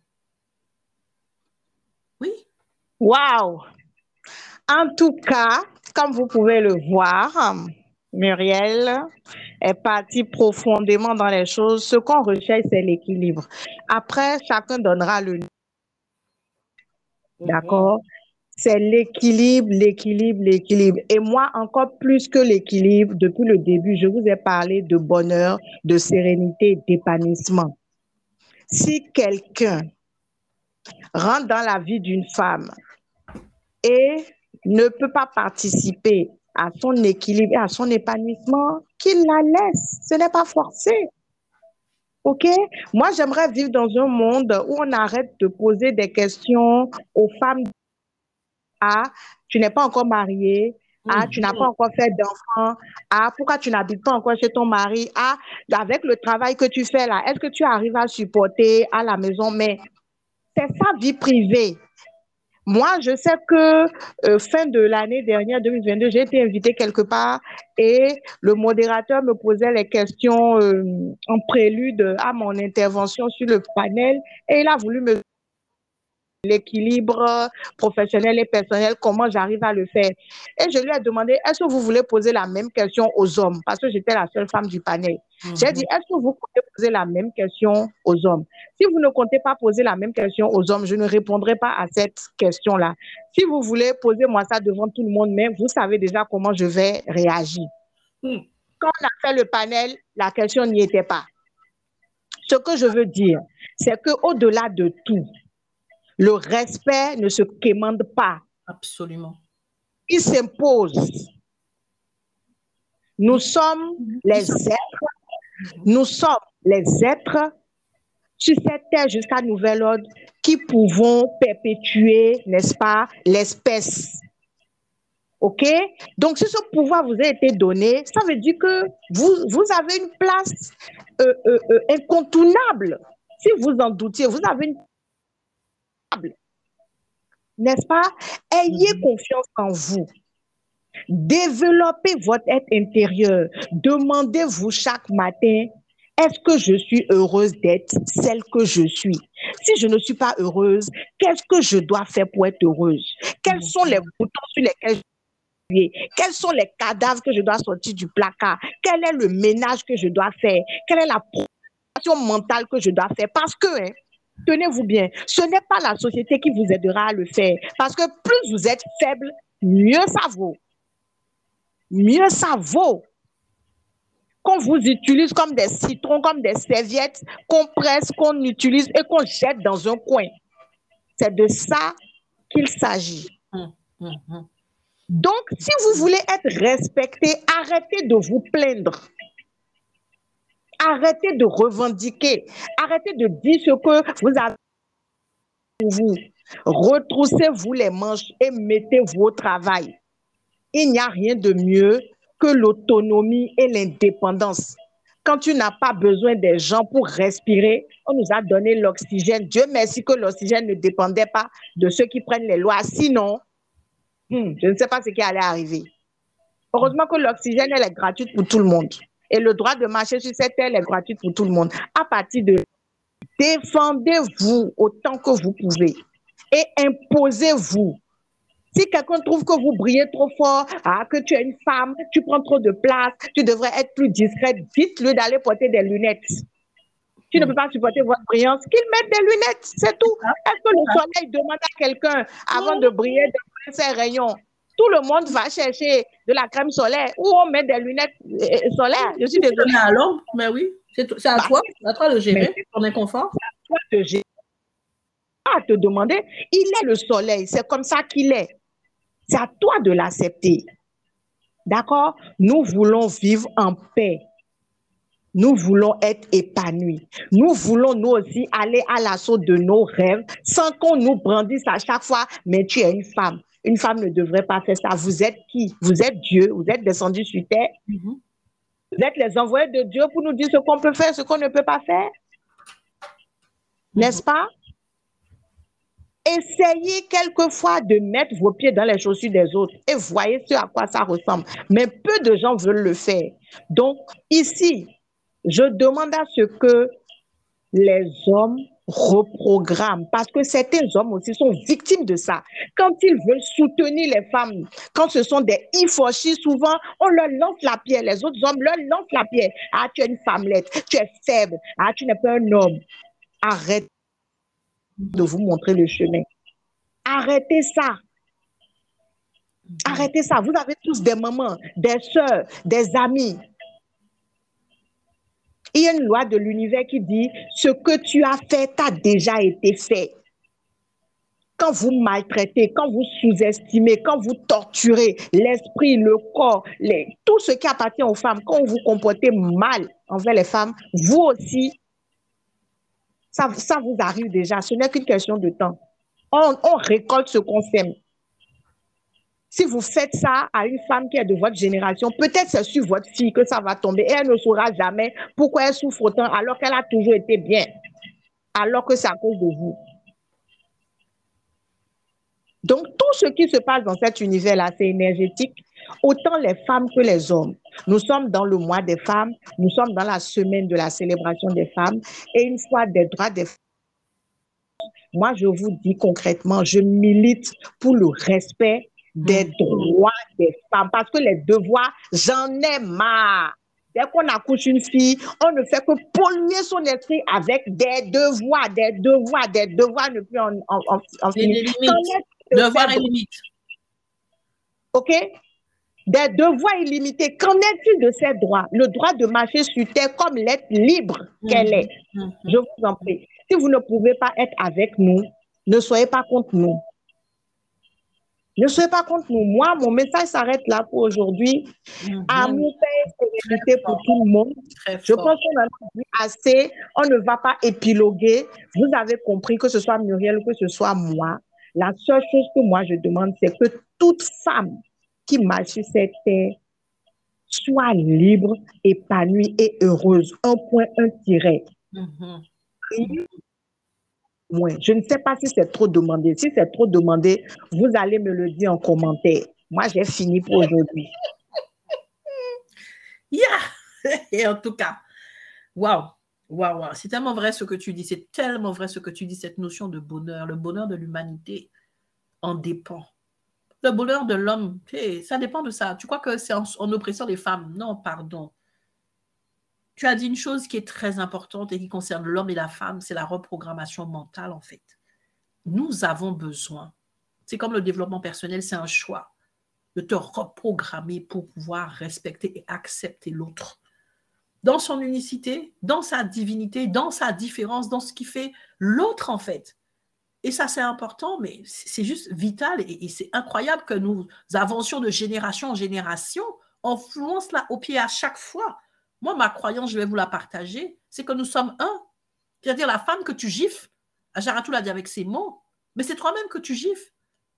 Oui. Wow! En tout cas, comme vous pouvez le voir, Muriel est partie profondément dans les choses. Ce qu'on recherche, c'est l'équilibre. Après, chacun donnera le... D'accord? C'est l'équilibre, l'équilibre, l'équilibre. Et moi, encore plus que l'équilibre, depuis le début, je vous ai parlé de bonheur, de sérénité, d'épanouissement. Si quelqu'un rentre dans la vie d'une femme et ne peut pas participer à son équilibre et à son épanouissement, qu'il la laisse. Ce n'est pas forcé. OK? Moi, j'aimerais vivre dans un monde où on arrête de poser des questions aux femmes. Ah, tu n'es pas encore mariée. Ah, tu n'as pas encore fait d'enfant. Ah, pourquoi tu n'habites pas encore chez ton mari? Ah, avec le travail que tu fais là, est-ce que tu arrives à supporter à la maison? Mais c'est sa vie privée. Moi, je sais que fin de l'année dernière, 2022, j'ai été invitée quelque part et le modérateur me posait les questions en prélude à mon intervention sur le panel et il a voulu me l'équilibre professionnel et personnel, comment j'arrive à le faire. Et je lui ai demandé, est-ce que vous voulez poser la même question aux hommes? Parce que j'étais la seule femme du panel. J'ai dit, est-ce que vous comptez poser la même question aux hommes? Si vous ne comptez pas poser la même question aux hommes, je ne répondrai pas à cette question-là. Si vous voulez, posez-moi ça devant tout le monde, mais vous savez déjà comment je vais réagir. Quand on a fait le panel, la question n'y était pas. Ce que je veux dire, c'est qu'au-delà de tout, le respect ne se quémande pas. Absolument. Il s'impose. Nous sommes les êtres sur cette terre jusqu'à nouvel ordre qui pouvons perpétuer, n'est-ce pas, l'espèce. OK? Donc, si ce pouvoir vous a été donné, ça veut dire que vous avez une place incontournable. Si vous en doutiez, vous avez une place, n'est-ce pas? Ayez confiance en vous. Développez votre être intérieur. Demandez-vous chaque matin, est-ce que je suis heureuse d'être celle que je suis? Si je ne suis pas heureuse, qu'est-ce que je dois faire pour être heureuse? Quels sont les boutons sur lesquels je dois appuyer? Quels sont les cadavres que je dois sortir du placard? Quel est le ménage que je dois faire? Quelle est la préparation mentale que je dois faire? Parce que, tenez-vous bien, ce n'est pas la société qui vous aidera à le faire. Parce que plus vous êtes faible, mieux ça vaut. Mieux ça vaut. Qu'on vous utilise comme des citrons, comme des serviettes, qu'on presse, qu'on utilise et qu'on jette dans un coin. C'est de ça qu'il s'agit. Donc, si vous voulez être respecté, arrêtez de vous plaindre. Arrêtez de revendiquer. Arrêtez de dire ce que vous avez pour vous. Retroussez-vous les manches et mettez-vous au travail. Il n'y a rien de mieux que l'autonomie et l'indépendance. Quand tu n'as pas besoin des gens pour respirer, on nous a donné l'oxygène. Dieu merci que l'oxygène ne dépendait pas de ceux qui prennent les lois. Sinon, je ne sais pas ce qui allait arriver. Heureusement que l'oxygène, elle est gratuite pour tout le monde. Et le droit de marcher sur cette terre est gratuit pour tout le monde. À partir de défendez-vous autant que vous pouvez et imposez-vous. Si quelqu'un trouve que vous brillez trop fort, que tu es une femme, tu prends trop de place, tu devrais être plus discrète, dites-lui d'aller porter des lunettes. Tu ne peux pas supporter votre brillance, qu'il mette des lunettes, c'est tout. Est-ce que le soleil demande à quelqu'un, avant de briller, de ses rayons? Tout le monde va chercher de la crème solaire ou on met des lunettes solaires. Je suis désolée. À l'ombre, mais oui, c'est à toi de gérer ton inconfort. C'est à toi de gérer. À te demander, il est le soleil, c'est comme ça qu'il est. C'est à toi de l'accepter. D'accord? Nous voulons vivre en paix. Nous voulons être épanouis. Nous voulons nous aussi aller à l'assaut de nos rêves sans qu'on nous brandisse à chaque fois. Mais tu es une femme. Une femme ne devrait pas faire ça. Vous êtes qui? Vous êtes Dieu. Vous êtes descendu sur terre. Vous êtes les envoyés de Dieu pour nous dire ce qu'on peut faire, ce qu'on ne peut pas faire. N'est-ce pas? Essayez quelquefois de mettre vos pieds dans les chaussures des autres et voyez ce à quoi ça ressemble. Mais peu de gens veulent le faire. Donc, ici, je demande à ce que les hommes reprogramment parce que certains hommes aussi sont victimes de ça. Quand ils veulent soutenir les femmes, quand ce sont des iffochis, souvent, on leur lance la pierre. Les autres hommes leur lancent la pierre. Ah, tu es une femmelette, tu es faible. Ah, tu n'es pas un homme. Arrête de vous montrer le chemin. Arrêtez ça. Arrêtez ça. Vous avez tous des mamans, des soeurs, des amis. Il y a une loi de l'univers qui dit ce que tu as fait a déjà été fait. Quand vous maltraitez, quand vous sous-estimez, quand vous torturez l'esprit, le corps, tout ce qui appartient aux femmes, quand vous vous comportez mal envers les femmes, vous aussi, ça vous arrive déjà. Ce n'est qu'une question de temps. On récolte ce qu'on sème. Si vous faites ça à une femme qui est de votre génération, peut-être c'est sur votre fille que ça va tomber et elle ne saura jamais pourquoi elle souffre autant alors qu'elle a toujours été bien, alors que c'est à cause de vous. Donc, tout ce qui se passe dans cet univers-là, c'est énergétique, autant les femmes que les hommes. Nous sommes dans le mois des femmes, nous sommes dans la semaine de la célébration des femmes et une fois des droits des femmes, moi, je vous dis concrètement, je milite pour le respect des droits des femmes. Parce que les devoirs, j'en ai marre. Dès qu'on accouche une fille, on ne fait que polluer son esprit avec des devoirs, des devoirs, des devoirs ne plus en Et finir. des Qu'en limites. est-il de Devoir ces et limites. OK? Des devoirs illimités. Qu'en est-il de ces droits? Le droit de marcher sur terre comme l'être libre qu'elle est. Je vous en prie. Si vous ne pouvez pas être avec nous, ne soyez pas contre nous. Ne soyez pas contre nous. Moi, mon message s'arrête là pour aujourd'hui. Amour, paix et sérénité pour tout le monde. Je pense qu'on en a dit assez. On ne va pas épiloguer. Vous avez compris, que ce soit Muriel ou que ce soit moi. La seule chose que moi je demande, c'est que toute femme qui marche sur cette terre soit libre, épanouie et heureuse. Un point, un tiret. Ouais. Je ne sais pas si c'est trop demandé. Si c'est trop demandé, vous allez me le dire en commentaire. Moi, j'ai fini pour aujourd'hui. Yeah! Et en tout cas, waouh! Waouh, wow. C'est tellement vrai ce que tu dis. C'est tellement vrai ce que tu dis, cette notion de bonheur. Le bonheur de l'humanité en dépend. Le bonheur de l'homme, ça dépend de ça. Tu crois que c'est en oppressant les femmes? Non, pardon. Tu as dit une chose qui est très importante et qui concerne l'homme et la femme, c'est la reprogrammation mentale, en fait. Nous avons besoin, c'est comme le développement personnel, c'est un choix, de te reprogrammer pour pouvoir respecter et accepter l'autre. Dans son unicité, dans sa divinité, dans sa différence, dans ce qui fait l'autre, en fait. Et ça, c'est important, mais c'est juste vital et c'est incroyable que nous avancions de génération en génération. On influence là au pied à chaque fois. Moi, ma croyance, je vais vous la partager, c'est que nous sommes un. C'est-à-dire la femme que tu gifles, Ajaratou l'a dit avec ses mots, mais c'est toi-même que tu gifles.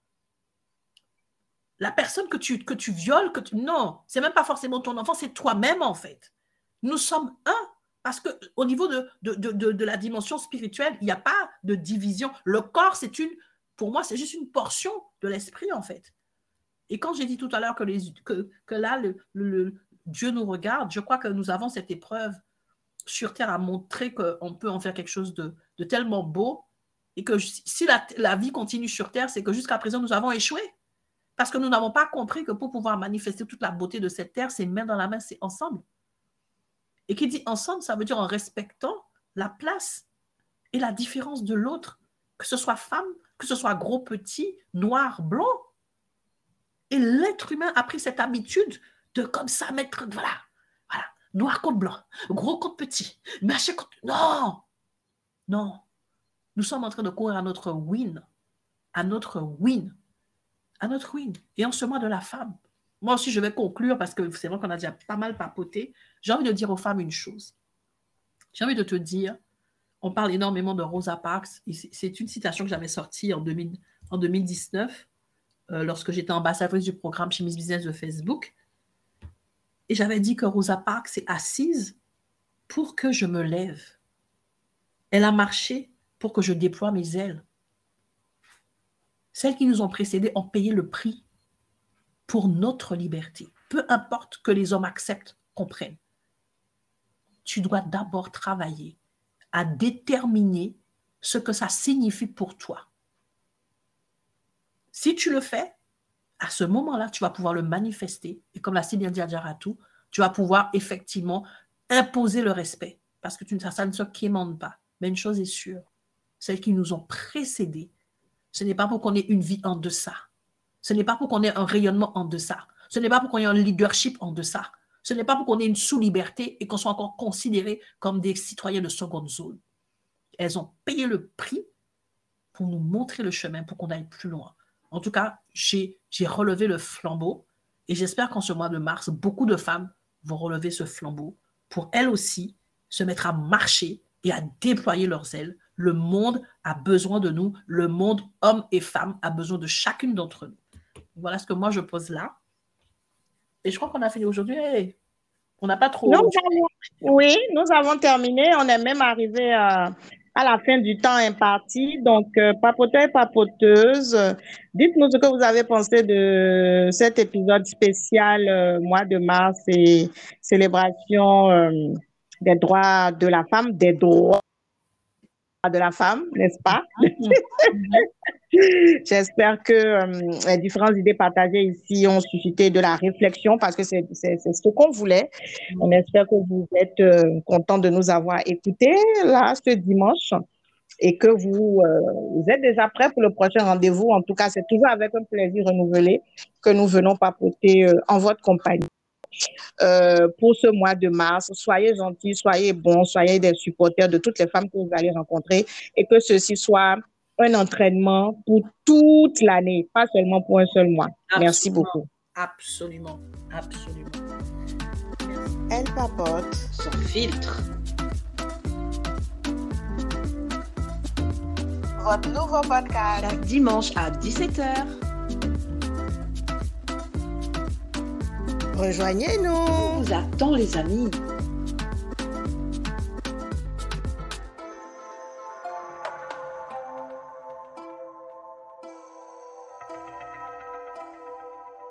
La personne que tu violes, non, c'est même pas forcément ton enfant, c'est toi-même en fait. Nous sommes un. Parce qu'au niveau de la dimension spirituelle, il n'y a pas de division. Le corps, pour moi, c'est juste une portion de l'esprit, en fait. Et quand j'ai dit tout à l'heure que là, Dieu nous regarde, je crois que nous avons cette épreuve sur Terre à montrer qu'on peut en faire quelque chose de tellement beau et que si la vie continue sur Terre, c'est que jusqu'à présent, nous avons échoué. Parce que nous n'avons pas compris que pour pouvoir manifester toute la beauté de cette Terre, c'est main dans la main, c'est ensemble. Et qui dit ensemble, ça veut dire en respectant la place et la différence de l'autre, que ce soit femme, que ce soit gros, petit, noir, blanc. Et l'être humain a pris cette habitude de comme ça mettre, voilà, noir contre blanc, gros contre petit, machin contre... Non, non. Nous sommes en train de courir à notre win, à notre win, à notre win. Et en ce mois de la femme, moi aussi je vais conclure parce que c'est vrai qu'on a déjà pas mal papoté. J'ai envie de dire aux femmes une chose. J'ai envie de te dire, on parle énormément de Rosa Parks. C'est une citation que j'avais sortie en 2019, lorsque j'étais ambassadrice du programme chez Miss Business de Facebook. Et j'avais dit que Rosa Parks est assise pour que je me lève. Elle a marché pour que je déploie mes ailes. Celles qui nous ont précédées ont payé le prix pour notre liberté. Peu importe que les hommes acceptent, comprennent. Tu dois d'abord travailler à déterminer ce que ça signifie pour toi. Si tu le fais, à ce moment-là, tu vas pouvoir le manifester. Et comme l'a si bien dit Ajaratou, tu vas pouvoir effectivement imposer le respect. Parce que ça ne se quémande pas. Mais une chose est sûre, celles qui nous ont précédés, ce n'est pas pour qu'on ait une vie en deçà. Ce n'est pas pour qu'on ait un rayonnement en deçà. Ce n'est pas pour qu'on ait un leadership en deçà. Ce n'est pas pour qu'on ait une sous-liberté et qu'on soit encore considérés comme des citoyens de seconde zone. Elles ont payé le prix pour nous montrer le chemin, pour qu'on aille plus loin. En tout cas, j'ai relevé le flambeau et j'espère qu'en ce mois de mars, beaucoup de femmes vont relever ce flambeau pour elles aussi se mettre à marcher et à déployer leurs ailes. Le monde a besoin de nous. Le monde, hommes et femmes, a besoin de chacune d'entre nous. Voilà ce que moi je pose là. Et je crois qu'on a fini aujourd'hui. Hey, on n'a pas trop... Oui, nous avons terminé. On est même arrivé à la fin du temps imparti. Donc, papoteurs et papoteuses, dites-nous ce que vous avez pensé de cet épisode spécial mois de mars et célébration des droits de la femme, des droits de la femme, n'est-ce pas? J'espère que les différentes idées partagées ici ont suscité de la réflexion parce que c'est ce qu'on voulait. On espère que vous êtes contents de nous avoir écoutés là ce dimanche et que vous êtes déjà prêts pour le prochain rendez-vous. En tout cas, c'est toujours avec un plaisir renouvelé que nous venons papoter en votre compagnie. Pour ce mois de mars, soyez gentils, soyez bons, soyez des supporters de toutes les femmes que vous allez rencontrer et que ceci soit un entraînement pour toute l'année, pas seulement pour un seul mois. Absolument. Merci beaucoup. Absolument. Elle papote Sans filtre. votre nouveau podcast Chaque dimanche à 17h. Rejoignez-nous. On vous attend les amis.